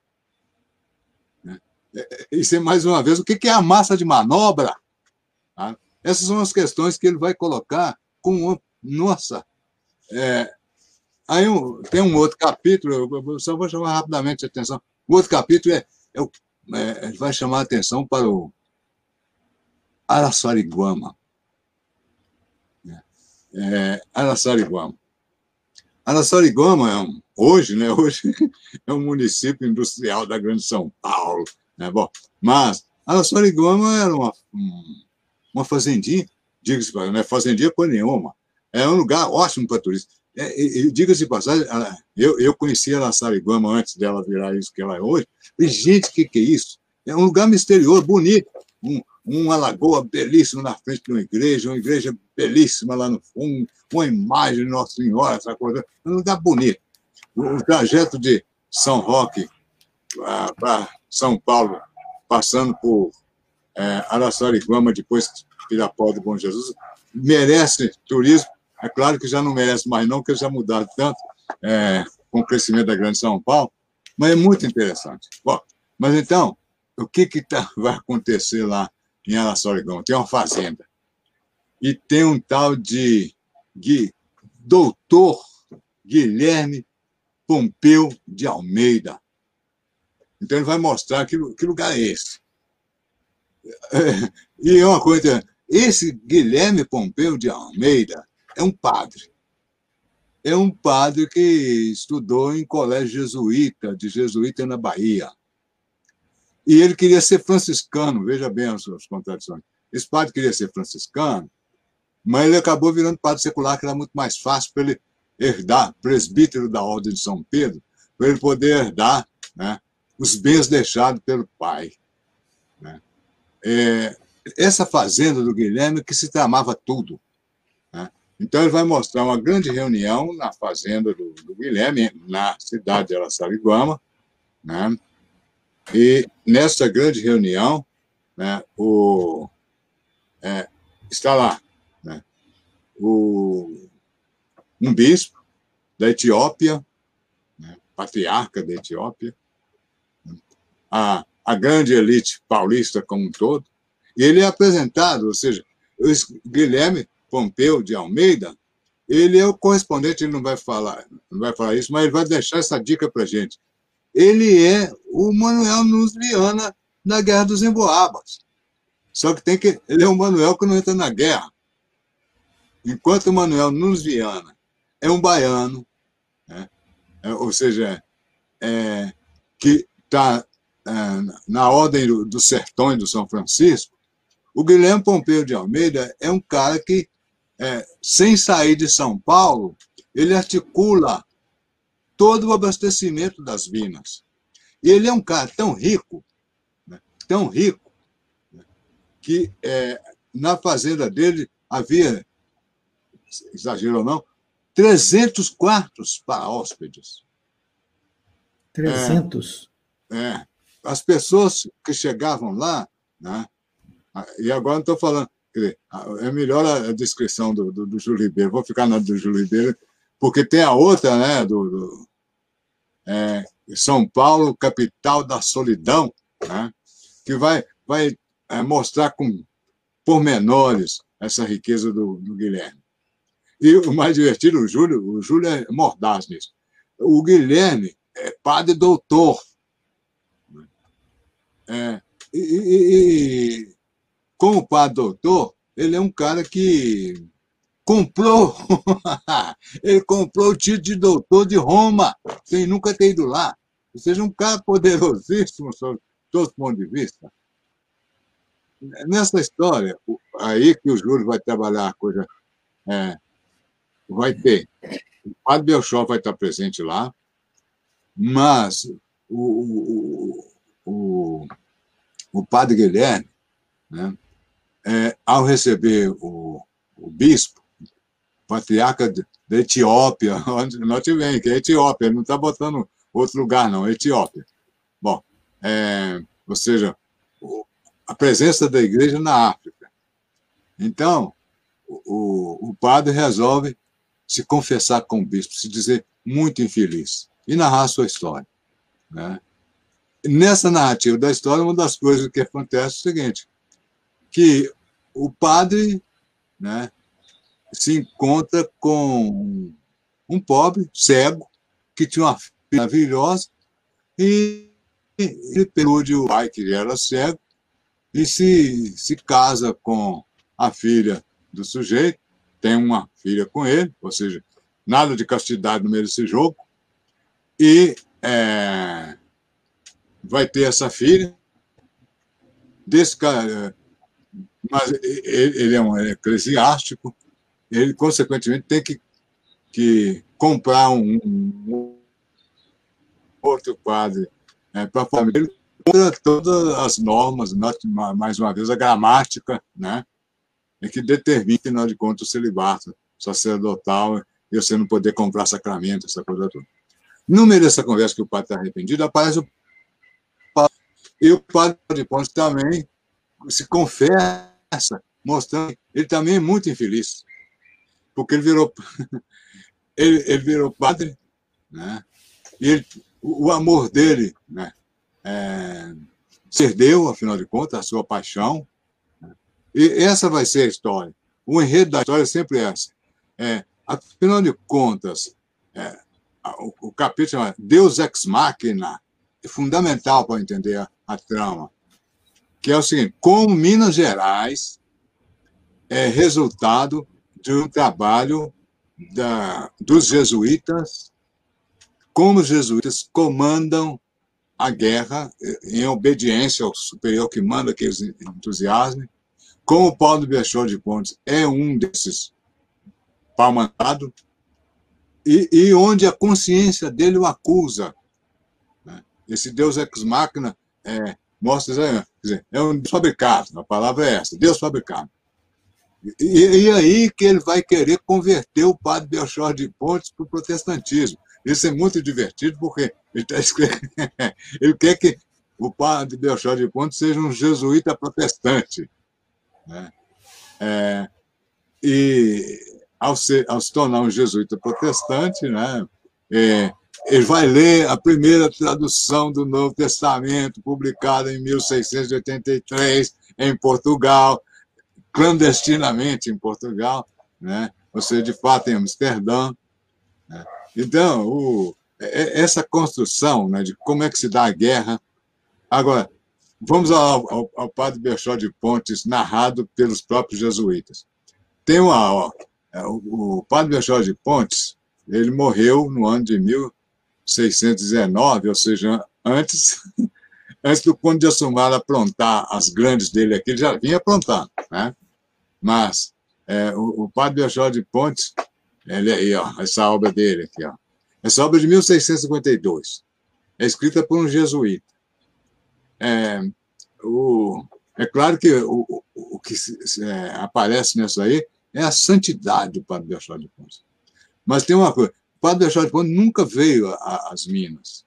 Isso é, mais uma vez, o que é a massa de manobra? Tá? Essas são as questões que ele vai colocar com uma, nossa. É, aí um, tem um outro capítulo, eu só vou chamar rapidamente a atenção. O outro capítulo é, é, o, é vai chamar a atenção para o Araçariguama. É, Araçariguama. Araçariguama é um, hoje, né, hoje é um município industrial da Grande São Paulo, né? Bom, mas Araçariguama era uma, uma fazendinha, diga-se, não é fazendinha por nenhuma, é um lugar ótimo para turistas. É, diga-se de passagem, eu, eu conheci Araçariguama antes dela virar isso que ela é hoje, e, gente, o que, que é isso? É um lugar misterioso, bonito, um, uma lagoa belíssima na frente de uma igreja, uma igreja belíssima lá no fundo, uma imagem de Nossa Senhora, essa coisa, um lugar bonito. O trajeto de São Roque para São Paulo, passando por é, Araçariguama, depois Pirapó do Bom Jesus, merece turismo. É claro que já não merece mais não, porque já mudaram tanto é, com o crescimento da Grande São Paulo, mas é muito interessante. Bom, mas então, o que, que tá, vai acontecer lá em Araçariguama? Tem uma fazenda. E tem um tal de Gui, doutor Guilherme Pompeu de Almeida. Então ele vai mostrar que, que lugar é esse. É, e é uma coisa, esse Guilherme Pompeu de Almeida é um padre. É um padre que estudou em colégio jesuíta, de jesuíta na Bahia. E ele queria ser franciscano, veja bem as suas contradições. Esse padre queria ser franciscano, mas ele acabou virando padre secular, que era muito mais fácil para ele herdar, presbítero da Ordem de São Pedro, para ele poder herdar, né, os bens deixados pelo pai. Né? É, essa fazenda do Guilherme que se tramava tudo. Né? Então ele vai mostrar uma grande reunião na fazenda do, do Guilherme, na cidade de Araçariguama, né? E nessa grande reunião, né, o, é, está lá, né, o, um bispo da Etiópia, né, patriarca da Etiópia, a, a grande elite paulista como um todo, e ele é apresentado, ou seja, o Guilherme Pompeu de Almeida, ele é o correspondente, ele não vai falar, não vai falar isso, mas ele vai deixar essa dica para a gente. Ele é o Manuel Nunes Viana na Guerra dos Emboabas. Só que tem que ele é um Manuel que não entra na guerra. Enquanto o Manuel Nunes Viana é um baiano, né? É, ou seja, é, que está é, na ordem do, dos sertões do São Francisco, o Guilherme Pompeu de Almeida é um cara que, é, sem sair de São Paulo, ele articula todo o abastecimento das minas. E ele é um cara tão rico, né, tão rico, né, que é, na fazenda dele havia, exagero ou não, trezentos quartos para hóspedes. trezentos? É, é, as pessoas que chegavam lá, né, e agora não estou falando, quer dizer, é melhor a descrição do, do, do Júlio Ribeiro, vou ficar na do Júlio Ribeiro, porque tem a outra, né, do, do é, São Paulo, capital da solidão, né, que vai, vai é, mostrar com pormenores essa riqueza do, do Guilherme. E o mais divertido, o Júlio, o Júlio é mordaz nisso. O Guilherme é padre doutor. É, e, e, e, como padre doutor, ele é um cara que comprou, ele comprou o título de doutor de Roma, sem nunca ter ido lá. Ou seja, um cara poderosíssimo, sob todos os pontos de vista. Nessa história, aí que o Júlio vai trabalhar a coisa, é, vai ter. O padre Belchor vai estar presente lá, mas o, o, o, o padre Guilherme, né, é, ao receber o, o bispo, patriarca da Etiópia, onde nós tivemos, que é Etiópia, ele não está botando outro lugar, não, é Etiópia. Bom, é, ou seja, a presença da igreja na África. Então, o, o padre resolve se confessar com o bispo, se dizer muito infeliz, e narrar a sua história, né? Nessa narrativa da história, uma das coisas que acontece é o seguinte, que o padre, né, se encontra com um pobre, cego, que tinha uma filha maravilhosa, e ele pelude o pai, que era cego, e se, se casa com a filha do sujeito, tem uma filha com ele, ou seja, nada de castidade no meio desse jogo, e é, vai ter essa filha, desse cara, mas ele é um eclesiástico, ele, consequentemente, tem que, que comprar um, um outro padre é, para a família dele, contra todas as normas, mais uma vez, a gramática, né, que determina, afinal de contas, o celibato sacerdotal e você não poder comprar sacramento, essa coisa toda. No meio dessa conversa que o padre está arrependido, aparece o padre, e o padre de Pontes também se confessa, mostrando que ele também é muito infeliz, porque ele virou, ele, ele virou padre, né, e ele, o amor dele, né, é, perdeu, afinal de contas, a sua paixão. E essa vai ser a história. O enredo da história é sempre essa. É, afinal de contas, é, o, o capítulo chama Deus Ex Machina, é fundamental para entender a, a trama, que é o seguinte, como Minas Gerais é resultado de um trabalho da, dos jesuítas, como os jesuítas comandam a guerra em obediência ao superior que manda que eles entusiasmem, como o Paulo Belchor de Pontes é um desses pau-mandado, e, e onde a consciência dele o acusa, né? Esse Deus ex machina é, mostra, quer dizer, é um Deus fabricado, a palavra é essa, Deus fabricado. E, e aí que ele vai querer converter o padre Belchor de Pontes para o protestantismo. Isso é muito divertido, porque ele, tá escrevendo, ele quer que o padre Belchor de Pontes seja um jesuíta protestante, né? É, e ao, ser, ao se tornar um jesuíta protestante, né, é, ele vai ler a primeira tradução do Novo Testamento, publicada em mil seiscentos e oitenta e três, em Portugal, clandestinamente em Portugal, né, ou seja, de fato em Amsterdã, né. Então, o, essa construção, né, de como é que se dá a guerra. Agora, vamos ao, ao, ao padre Belchor de Pontes, narrado pelos próprios jesuítas. Tem uma, ó, o, o padre Belchor de Pontes, ele morreu no ano de mil seiscentos e dezenove, ou seja, antes, antes do Conde de Assumar aprontar as grandes dele aqui, ele já vinha aprontando, né? Mas é, o, o padre Belchior de Pontes, ele aí, ó, essa obra dele aqui, ó, essa obra é de mil seiscentos e cinquenta e dois, é escrita por um jesuíta. É, o, é claro que o, o, o que se, é, aparece nisso aí é a santidade do padre Belchior de Pontes. Mas tem uma coisa, o padre Belchior de Pontes nunca veio às Minas.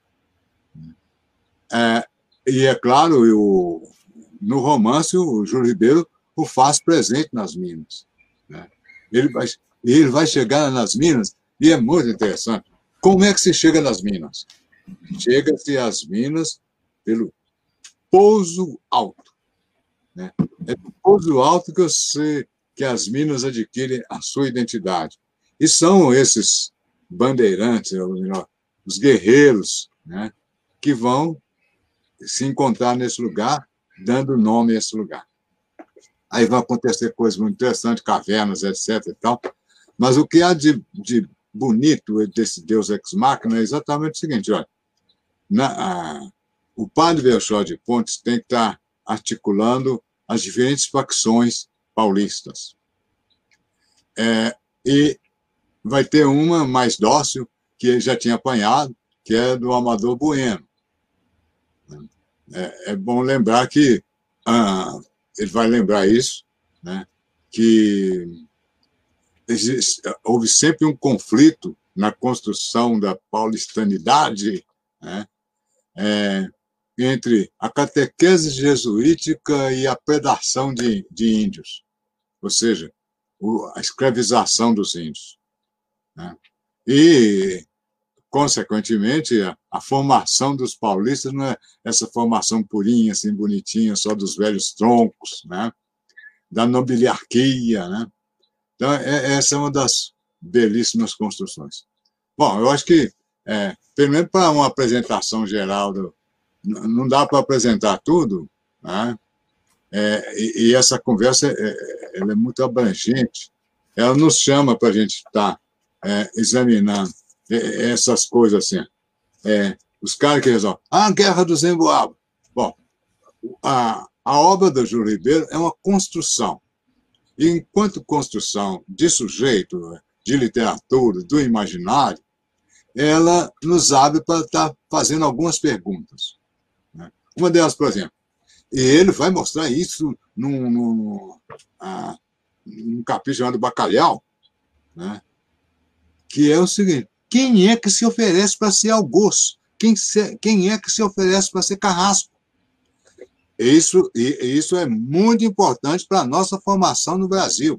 É, e é claro, o, no romance, o Júlio Ribeiro o faz presente nas Minas, né? Ele vai, ele vai chegar nas Minas, e é muito interessante. Como é que se chega nas Minas? Chega-se às Minas pelo Pouso Alto, né? É do Pouso Alto que, você, que as Minas adquirem a sua identidade. E são esses bandeirantes, os guerreiros, né, que vão se encontrar nesse lugar, dando nome a esse lugar. Aí vão acontecer coisas muito interessantes, cavernas, etc e tal. Mas o que há de, de bonito desse Deus ex machina é exatamente o seguinte, olha, na, a, o padre Belchior de Pontes tem que estar articulando as diferentes facções paulistas. É, e vai ter uma mais dócil, que ele já tinha apanhado, que é do Amador Bueno. É, é bom lembrar que, ah, ele vai lembrar isso, né, que existe, houve sempre um conflito na construção da paulistanidade, né, é, entre a catequese jesuítica e a predação de, de índios, ou seja, a escravização dos índios, né? E, consequentemente, a, a formação dos paulistas não é essa formação purinha, assim, bonitinha, só dos velhos troncos, né? Da nobiliarquia, né? Então, é, essa é uma das belíssimas construções. Bom, eu acho que, é, pelo menos para uma apresentação geral, do, não dá para apresentar tudo, né? É, e, e essa conversa é, ela é muito abrangente, ela nos chama para a gente estar é, examinando essas coisas assim. É, os caras que resolvem. Ah, a Guerra do Zemboaba. Bom, a, a obra do Júlio Ribeiro é uma construção. E, enquanto construção de sujeito, de literatura, do imaginário, ela nos abre para estar fazendo algumas perguntas, né? Uma delas, por exemplo, e ele vai mostrar isso num, num, ah, num capítulo chamado Bacalhau, né? Que é o seguinte: quem é que se oferece para ser algoz? Quem, se, quem é que se oferece para ser carrasco? Isso, e, isso é muito importante para a nossa formação no Brasil.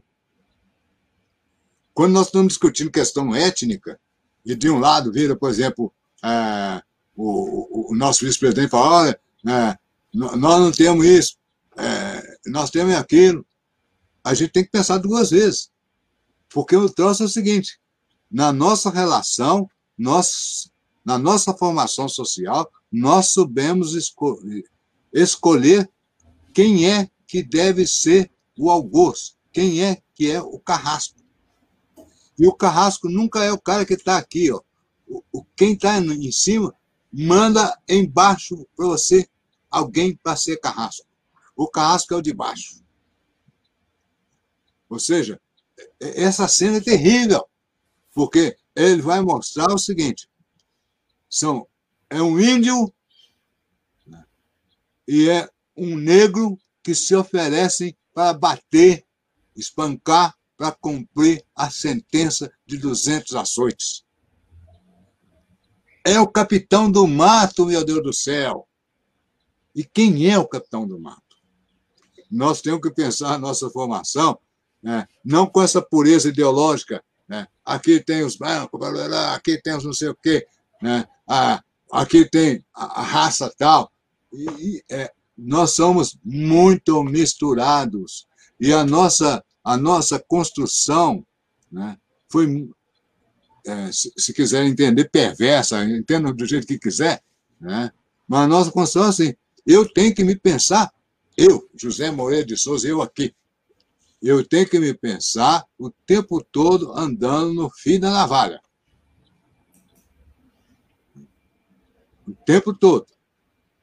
Quando nós estamos discutindo questão étnica, e de um lado vira, por exemplo, é, o, o nosso vice-presidente fala, olha, é, nós não temos isso, é, nós temos aquilo, a gente tem que pensar duas vezes. Porque o troço é o seguinte: na nossa relação, nós, na nossa formação social, nós soubemos esco escolher quem é que deve ser o algoz, quem é que é o carrasco. E o carrasco nunca é o cara que está aqui, ó. O, o, quem está em cima manda embaixo para você alguém para ser carrasco. O carrasco é o de baixo. Ou seja, essa cena é terrível, porque ele vai mostrar o seguinte: são, é um índio, né, e é um negro que se oferecem para bater, espancar, para cumprir a sentença de duzentos açoites. É o capitão do mato, meu Deus do céu. E quem é o capitão do mato? Nós temos que pensar a nossa formação, né, não com essa pureza ideológica, né? Aqui tem os brancos, aqui tem os não sei o quê, né? Ah, aqui tem a, a raça tal. E, e é, nós somos muito misturados. E a nossa, a nossa construção, né, foi, é, se, se quiser entender, perversa, entenda do jeito que quiser, né? Mas a nossa construção, assim, eu tenho que me pensar, eu, José Moreira de Souza, eu aqui, eu tenho que me pensar o tempo todo andando no fio da navalha. O tempo todo.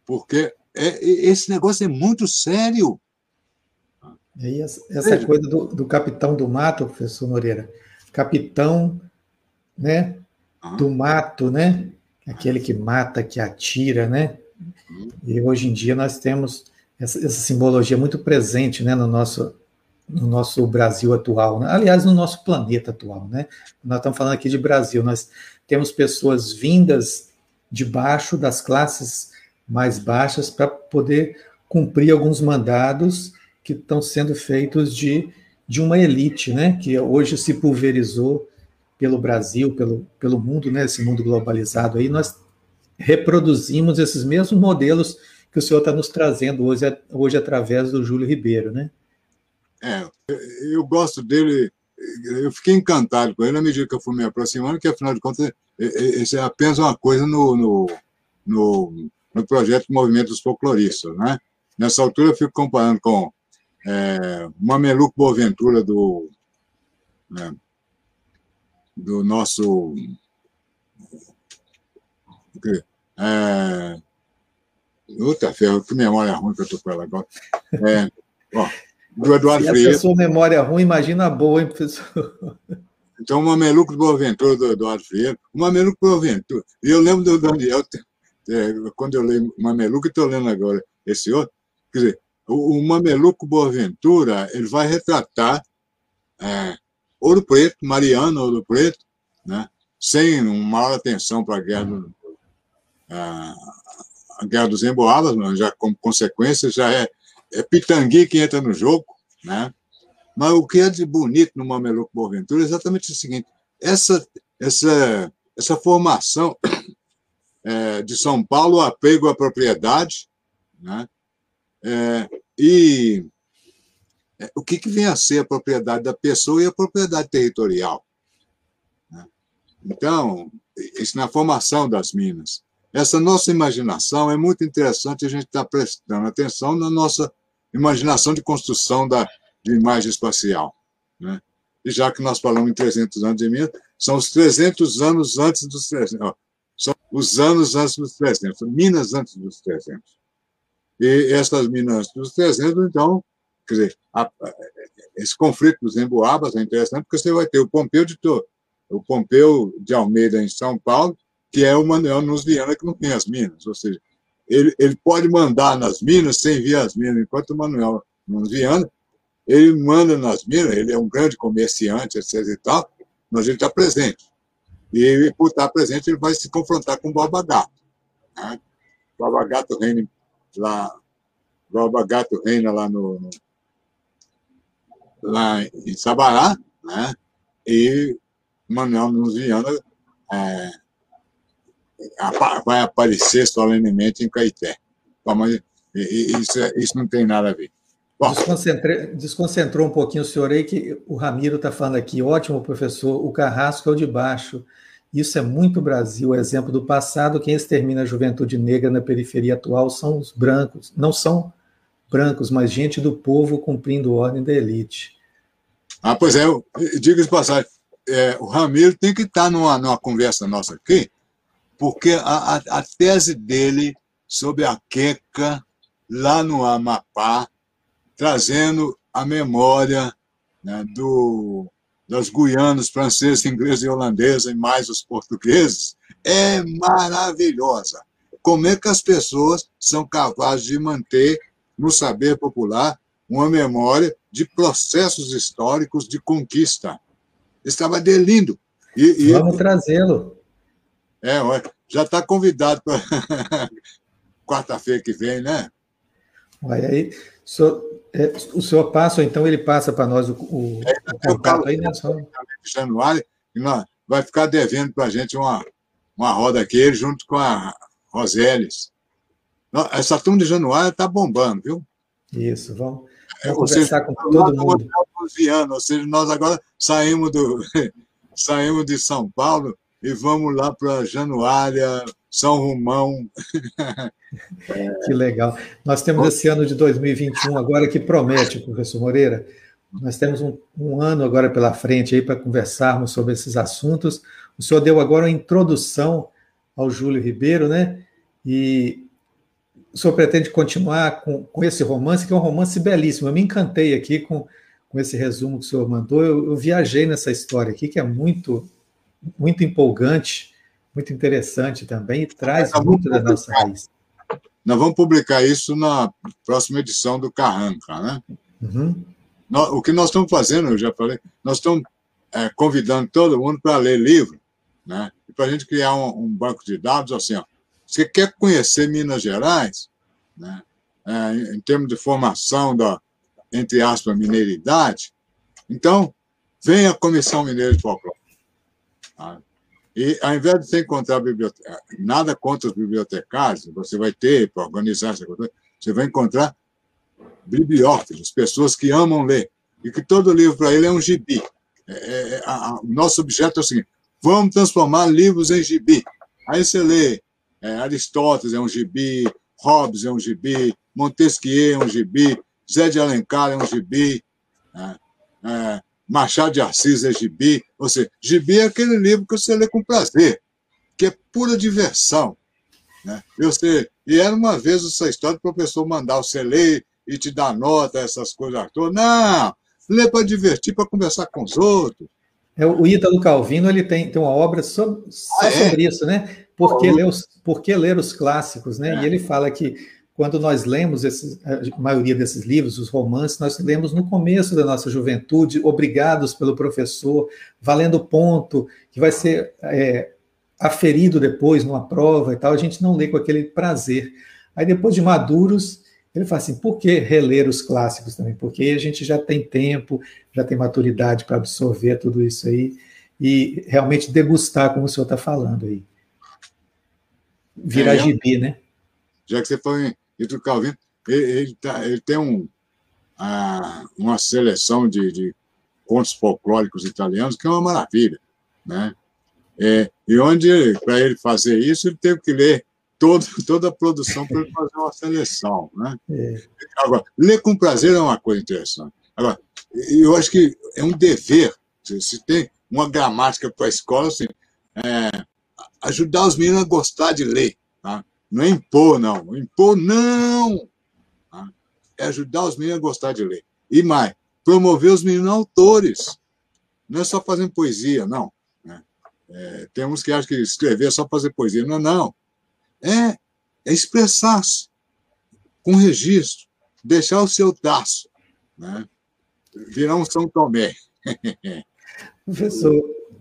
porque é, esse negócio é muito sério. E essa, essa coisa do, do capitão do mato, professor Moreira, capitão, né, do mato, né, aquele que mata, que atira, né, e hoje em dia nós temos essa, essa simbologia muito presente, né, no nosso, no nosso Brasil atual, né? Aliás, no nosso planeta atual, né, nós estamos falando aqui de Brasil, nós temos pessoas vindas de baixo, das classes mais baixas, para poder cumprir alguns mandados que estão sendo feitos de, de uma elite, né, que hoje se pulverizou pelo Brasil, pelo, pelo mundo, né, esse mundo globalizado aí, nós reproduzimos esses mesmos modelos que o senhor está nos trazendo hoje, hoje através do Júlio Ribeiro, né? É, eu gosto dele, eu fiquei encantado com ele na medida que eu fui me aproximando, que afinal de contas, isso é apenas uma coisa no, no, no, no projeto do Movimento dos Folcloristas, né? Nessa altura eu fico comparando com é, Mameluco Boaventura do, né, do nosso... É, outra ferro, que memória ruim que eu estou com ela agora. É, ó, do Eduardo Se Freire. essa sua memória ruim, imagina a boa, hein, professor? Então, o Mameluco de Boaventura, do Eduardo Freire. O Mameluco de Boaventura. E eu lembro do Daniel, é, quando eu leio Mameluco, e estou lendo agora esse outro. Quer dizer, o, o Mameluco Boaventura, ele vai retratar é, Ouro Preto, Mariana, Ouro Preto, né, sem uma maior atenção para a guerra do, a, a guerra dos Emboabas, já como consequência, já é, é Pitangui que entra no jogo, né? Mas o que é de bonito no Mameluco Boaventura é exatamente o seguinte: essa, essa, essa formação é, de São Paulo, o apego à propriedade, né? É, e é, o que, que vem a ser a propriedade da pessoa e a propriedade territorial, né? Então, isso na formação das minas. Essa nossa imaginação é muito interessante, a gente está prestando atenção na nossa imaginação de construção da, de imagem espacial, né? E já que nós falamos em trezentos anos de Minas, são os trezentos anos antes dos trezentos. Ó, são os anos antes dos trezentos, Minas antes dos trezentos. E essas minas antes dos trezentos, então, quer dizer, a, a, esse conflito dos Emboabas é interessante, porque você vai ter o Pompeu de, o Pompeu de Almeida em São Paulo, que é o Manuel Nunes Viana, que não tem as minas, ou seja, ele, ele pode mandar nas minas sem ver as minas, enquanto o Manuel Nunes Viana, ele manda nas minas, ele é um grande comerciante, etc e tal, mas ele está presente. E, por estar presente, ele vai se confrontar com o Borba Gato, né? O Borba Gato reina lá, Borba Gato reina lá, no, no, lá em Sabará, né? E Manuel Nunes Viana é, vai aparecer solenemente em Caeté. Mas isso, isso não tem nada a ver. Desconcentrou um pouquinho o senhor aí, que o Ramiro está falando aqui, ótimo, professor, o carrasco é o de baixo. Isso é muito Brasil, exemplo do passado, quem extermina a juventude negra na periferia atual são os brancos, não são brancos, mas gente do povo cumprindo ordem da elite. Ah, pois é, diga de passagem, é, o Ramiro tem que estar numa, numa conversa nossa aqui, porque a, a, a tese dele sobre a queca lá no Amapá, trazendo a memória, né, do, dos guianos, franceses, ingleses e holandeses, e mais os portugueses, é maravilhosa. Como é que as pessoas são capazes de manter no saber popular uma memória de processos históricos de conquista? Estava delindo. E, Vamos e, trazê-lo. É, já está convidado para quarta-feira que vem, né? Olha aí, o senhor, é, o senhor passa, ou então ele passa para nós o, o, é, o contato aí, né? Só... De Januário, e nós, vai ficar devendo para a gente uma, uma roda aqui, ele junto com a Roseles. Essa turma de Januário está bombando, viu? Isso, vamos, vamos é, conversar seja, com todo mundo. Viano, ou seja, nós agora saímos, do, saímos de São Paulo e vamos lá para Januária, São Romão. Que legal. Nós temos esse ano de dois mil e vinte e um agora que promete, professor Moreira. Nós temos um, um ano agora pela frente aí para conversarmos sobre esses assuntos. O senhor deu agora uma introdução ao Júlio Ribeiro, né? E o senhor pretende continuar com, com esse romance, que é um romance belíssimo. Eu me encantei aqui com, com esse resumo que o senhor mandou. Eu, eu viajei nessa história aqui, que é muito, muito empolgante, muito interessante também, e traz Nós muito vamos da nossa publicar, raiz. nós vamos publicar isso na próxima edição do Carranca, né? Uhum. Nós, o que nós estamos fazendo, eu já falei, nós estamos é, convidando todo mundo para ler livro, né? E para a gente criar um, um banco de dados assim, ó. Você quer conhecer Minas Gerais, né? É, em, em termos de formação da, entre aspas, mineiridade, então vem a Comissão Mineira de Folclore. Tá? E, ao invés de você encontrar biblioteca, nada contra os bibliotecários, você vai ter para organizar essa coisa, você vai encontrar bibliófilos, pessoas que amam ler, e que todo livro para ele é um gibi. É, é, a, a, o nosso objeto é o seguinte: vamos transformar livros em gibi. Aí você lê é, Aristóteles é um gibi, Hobbes é um gibi, Montesquieu é um gibi, Zé de Alencar é um gibi, é, é, Machado de Assis é gibi. Ou seja, gibi é aquele livro que você lê com prazer, que é pura diversão. Né? Eu sei, e era uma vez essa história do professor mandar você ler e te dar nota, essas coisas todas. Não! Lê para divertir, para conversar com os outros. É, o Ítalo Calvino ele tem, tem uma obra sobre, só Ah, é? sobre isso, né? Por que, ler os, por que ler os clássicos, né? É. E ele fala que quando nós lemos esses, a maioria desses livros, os romances, nós lemos no começo da nossa juventude, obrigados pelo professor, valendo ponto, que vai ser é, aferido depois numa prova e tal, a gente não lê com aquele prazer. Aí depois de maduros, ele fala assim, por que reler os clássicos também? Porque a gente já tem tempo, já tem maturidade para absorver tudo isso aí e realmente degustar, como o senhor está falando aí. Virar é, gibi, né? Já que você falou em Ítalo Calvino, ele, ele, tá, ele tem um, a, uma seleção de, de contos folclóricos italianos que é uma maravilha, né? É, e onde, para ele fazer isso, ele teve que ler todo, toda a produção para ele fazer uma seleção, né? É. Agora, ler com prazer é uma coisa interessante. Agora, eu acho que é um dever, se tem uma gramática para a escola, assim, é, ajudar os meninos a gostar de ler, tá? Não é impor, não. Impor, não! Tá? É ajudar os meninos a gostar de ler. E mais, promover os meninos autores. Não é só fazendo poesia, não. Né? É, tem uns que acham que escrever é só fazer poesia. Não, não. É, é expressar-se com registro, deixar o seu traço, né? Virar um São Tomé. Professor,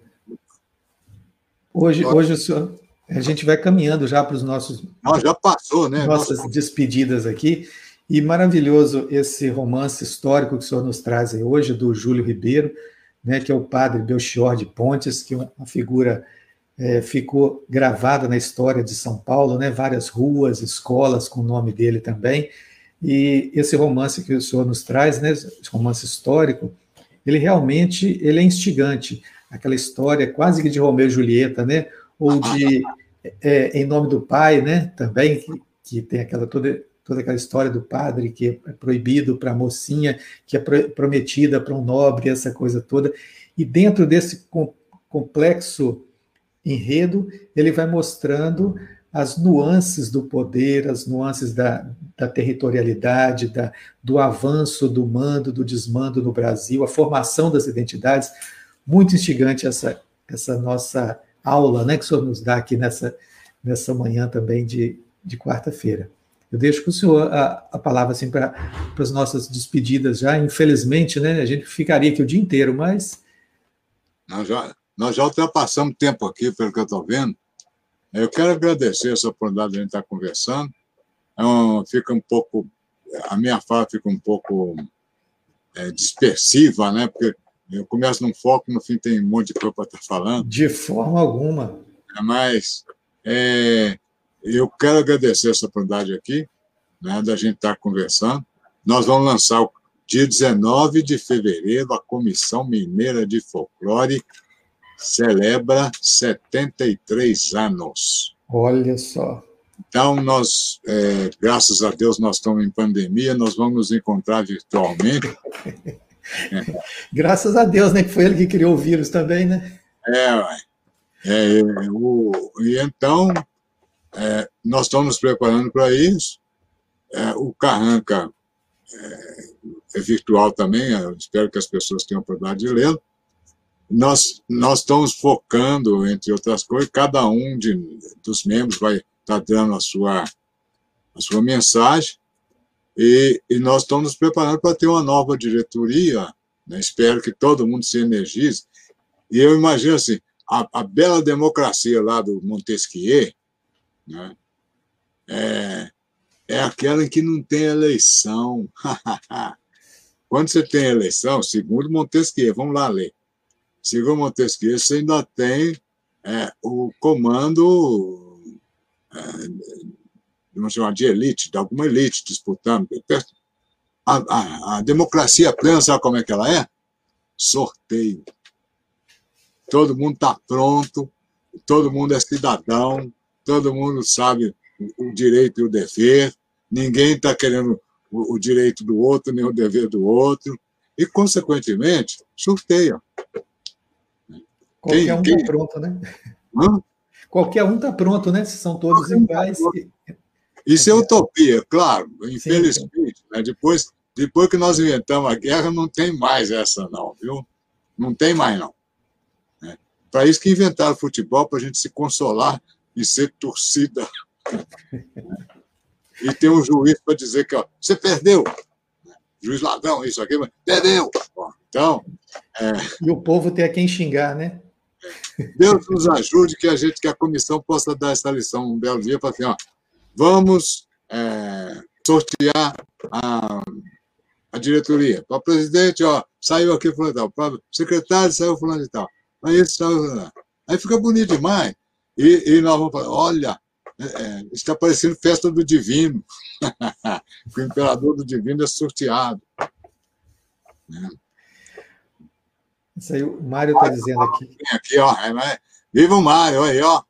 hoje, hoje o senhor, a gente vai caminhando já para os nossos... Não, já passou, né? Nossas Nossa. despedidas aqui. E maravilhoso esse romance histórico que o senhor nos traz aí hoje, do Júlio Ribeiro, né, que é o padre Belchior de Pontes, que é uma figura... É, ficou gravada na história de São Paulo, né? Várias ruas, escolas com o nome dele também. E esse romance que o senhor nos traz, né? Esse romance histórico, ele realmente ele é instigante. Aquela história quase que de Romeu e Julieta, né? Ou de é, Em Nome do Pai, né? Também, que, que tem aquela toda, toda aquela história do padre que é proibido para a mocinha, que é prometida para um nobre, essa coisa toda. E dentro desse complexo enredo, ele vai mostrando as nuances do poder, as nuances da, da territorialidade, da, do avanço, do mando, do desmando no Brasil, a formação das identidades. Muito instigante essa, essa nossa aula, né, que o senhor nos dá aqui nessa, nessa manhã também de, de quarta-feira. Eu deixo com o senhor a, a palavra assim, para as nossas despedidas já. Infelizmente, né, a gente ficaria aqui o dia inteiro, mas... Não, já... Nós já ultrapassamos tempo aqui, pelo que eu estou vendo. Eu quero agradecer essa oportunidade de a gente estar conversando. É um, fica um pouco, a minha fala fica um pouco é, dispersiva, né? Porque eu começo num foco, no fim tem um monte de coisa para estar falando. De forma alguma. Mas é, eu quero agradecer essa oportunidade aqui, né, da gente estar conversando. Nós vamos lançar o dia dezenove de fevereiro a Comissão Mineira de Folclore celebra setenta e três anos. Olha só. Então, nós, é, graças a Deus, nós estamos em pandemia, nós vamos nos encontrar virtualmente. É. Graças a Deus, né? Que foi ele que criou o vírus também, né? É, é o, e então, é, nós estamos nos preparando para isso, é, o Carranca é, é virtual também, eu espero que as pessoas tenham a oportunidade de lê-lo. Nós, nós estamos focando, entre outras coisas, cada um de, dos membros vai estar dando a sua, a sua mensagem, e, e nós estamos nos preparando para ter uma nova diretoria, né? Espero que todo mundo se energize. E eu imagino assim, a, a bela democracia lá do Montesquieu, né? é, é aquela em que não tem eleição. Quando você tem eleição, segundo Montesquieu, vamos lá ler. Segundo Montesquieu, você ainda tem é, o comando, é, vamos chamar de elite, de alguma elite disputando. A, a, a democracia plena, sabe como é que ela é? Sorteio. Todo mundo está pronto, todo mundo é cidadão, todo mundo sabe o direito e o dever, ninguém está querendo o, o direito do outro, nem o dever do outro, e, consequentemente, sorteia. Qualquer quem, um está pronto, né? Hã? Qualquer um está pronto, né? Se são todos Qualquer iguais. Tá Isso é utopia, claro, infelizmente. Sim, sim. Né? Depois, depois que nós inventamos a guerra, não tem mais essa, não, viu? Não tem mais, não. É. Para isso que inventaram o futebol, para a gente se consolar e ser torcida. E tem um juiz para dizer que ó, você perdeu. Juiz ladrão, isso aqui, mas perdeu. Então. É... E o povo tem a quem xingar, né? Deus nos ajude que a gente, que a comissão possa dar essa lição um belo dia para assim, ó, vamos é, sortear a, a diretoria. Para o presidente, ó, saiu aqui fulano e tal. Para o secretário, saiu fulano e tal. Aí, isso, saiu, aí fica bonito demais. E, e nós vamos falar, olha, é, é, está parecendo festa do divino. O imperador do divino é sorteado. Né? Isso aí o Mário está dizendo aqui. Aqui, ó, é, viva o Mário, aí, ó.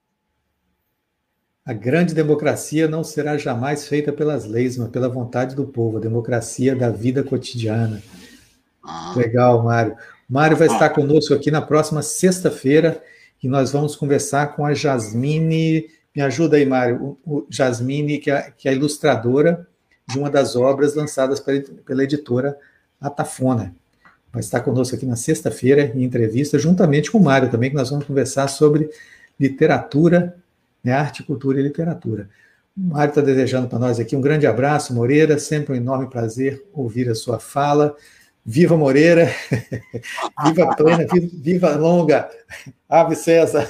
A grande democracia não será jamais feita pelas leis, mas pela vontade do povo. A democracia da vida cotidiana. Ah. Legal, Mário. Mário vai ah. estar conosco aqui na próxima sexta-feira e nós vamos conversar com a Jasmine. Me ajuda aí, Mário. O, o Jasmine, que é, que é a ilustradora de uma das obras lançadas pela, pela editora Atafona. Vai estar conosco aqui na sexta-feira em entrevista, juntamente com o Mário também, que nós vamos conversar sobre literatura, né, arte, cultura e literatura. O Mário está desejando para nós aqui um grande abraço, Moreira, sempre um enorme prazer ouvir a sua fala. Viva Moreira, viva plena, viva, viva longa, ave César.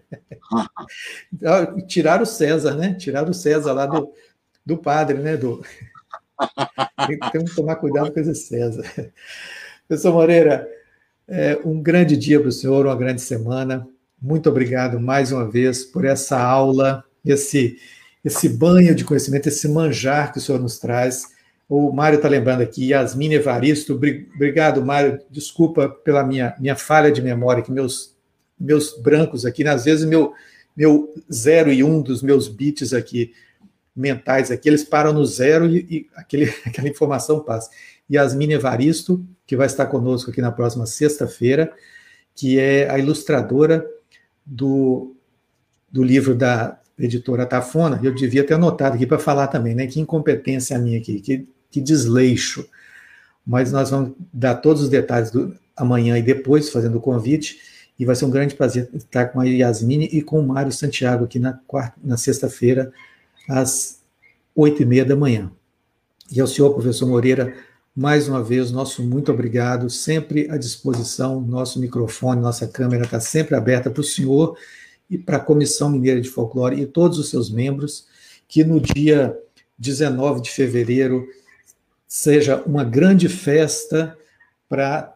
Tiraram o César, né? Tiraram o César lá do, do padre, né? Do... Tem que tomar cuidado com esse César. Professor Moreira, é um grande dia para o senhor, uma grande semana. Muito obrigado mais uma vez por essa aula, esse, esse banho de conhecimento, esse manjar que o senhor nos traz. O Mário está lembrando aqui, Yasmine Evaristo. Obrigado, Mário. Desculpa pela minha, minha falha de memória, que meus, meus brancos aqui, né? Às vezes meu, meu zero e um dos meus bits aqui, mentais aqui, eles param no zero e, e aquele, aquela informação passa. Yasmine Evaristo, que vai estar conosco aqui na próxima sexta-feira, que é a ilustradora do, do livro da editora Atafona. Eu devia ter anotado aqui para falar também, né? Que incompetência a minha aqui, que, que desleixo. Mas nós vamos dar todos os detalhes do, amanhã e depois, fazendo o convite, e vai ser um grande prazer estar com a Yasmine e com o Mário Santiago aqui na, quarta, na sexta-feira, às oito e meia da manhã. E ao senhor, professor Moreira, mais uma vez, nosso muito obrigado, sempre à disposição, nosso microfone, nossa câmera está sempre aberta para o senhor e para a Comissão Mineira de Folclore e todos os seus membros, que no dia dezenove de fevereiro seja uma grande festa para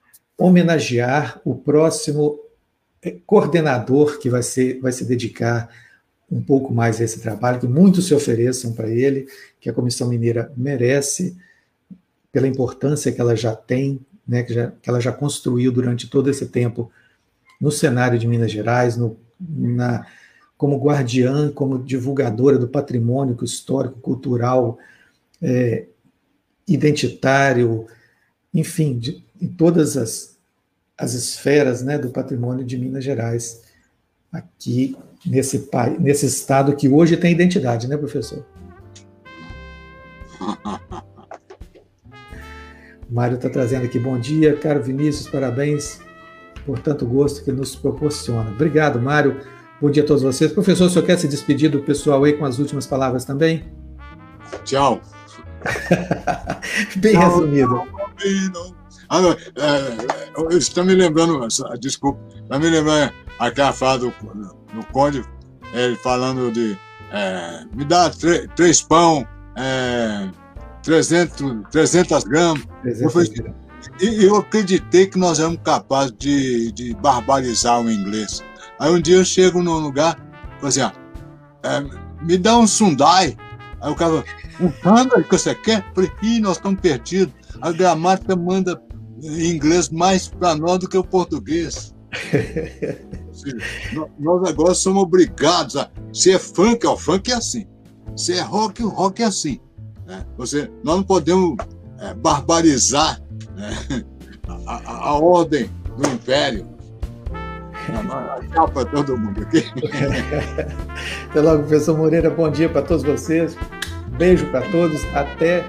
homenagear o próximo coordenador que vai, ser, vai se dedicar um pouco mais a esse trabalho, que muitos se ofereçam para ele, que a Comissão Mineira merece, pela importância que ela já tem, né, que, já, que ela já construiu durante todo esse tempo no cenário de Minas Gerais, no, na, como guardiã, como divulgadora do patrimônio histórico, cultural, é, identitário, enfim, de, em todas as, as esferas, né, do patrimônio de Minas Gerais, aqui nesse, nesse estado que hoje tem identidade, né, professor? Mário está trazendo aqui, bom dia, caro Vinícius, parabéns por tanto gosto que nos proporciona. Obrigado, Mário. Bom dia a todos vocês. Professor, o senhor quer se despedir do pessoal aí com as últimas palavras também? Tchau. Bem Tchau, resumido. Não, ah, não, é, isso está me lembrando, desculpa, está me lembrando aquela fala do, do Conde, ele falando de é, me dá três pão, é, trezentas gramas. trezentas gramas. E eu acreditei que nós éramos capazes de, de barbarizar o inglês. Aí um dia eu chego num lugar, falo assim, ah, é, me dá um Sundai. Aí o cara, um Sundai que você quer? Eu falei, ih, nós estamos perdidos. A gramática manda em inglês mais para nós do que o português. Nós agora somos obrigados a... Se é funk, o funk é assim. Se é rock, o rock é assim. Né? Você, nós não podemos é, barbarizar, né, a, a, a ordem do império. Tchau para todo mundo aqui. Até logo, professor Moreira. Bom dia para todos vocês. Beijo para todos. Até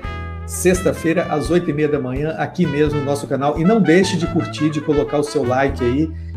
sexta-feira, às oito e meia da manhã, aqui mesmo no nosso canal. E não deixe de curtir, de colocar o seu like aí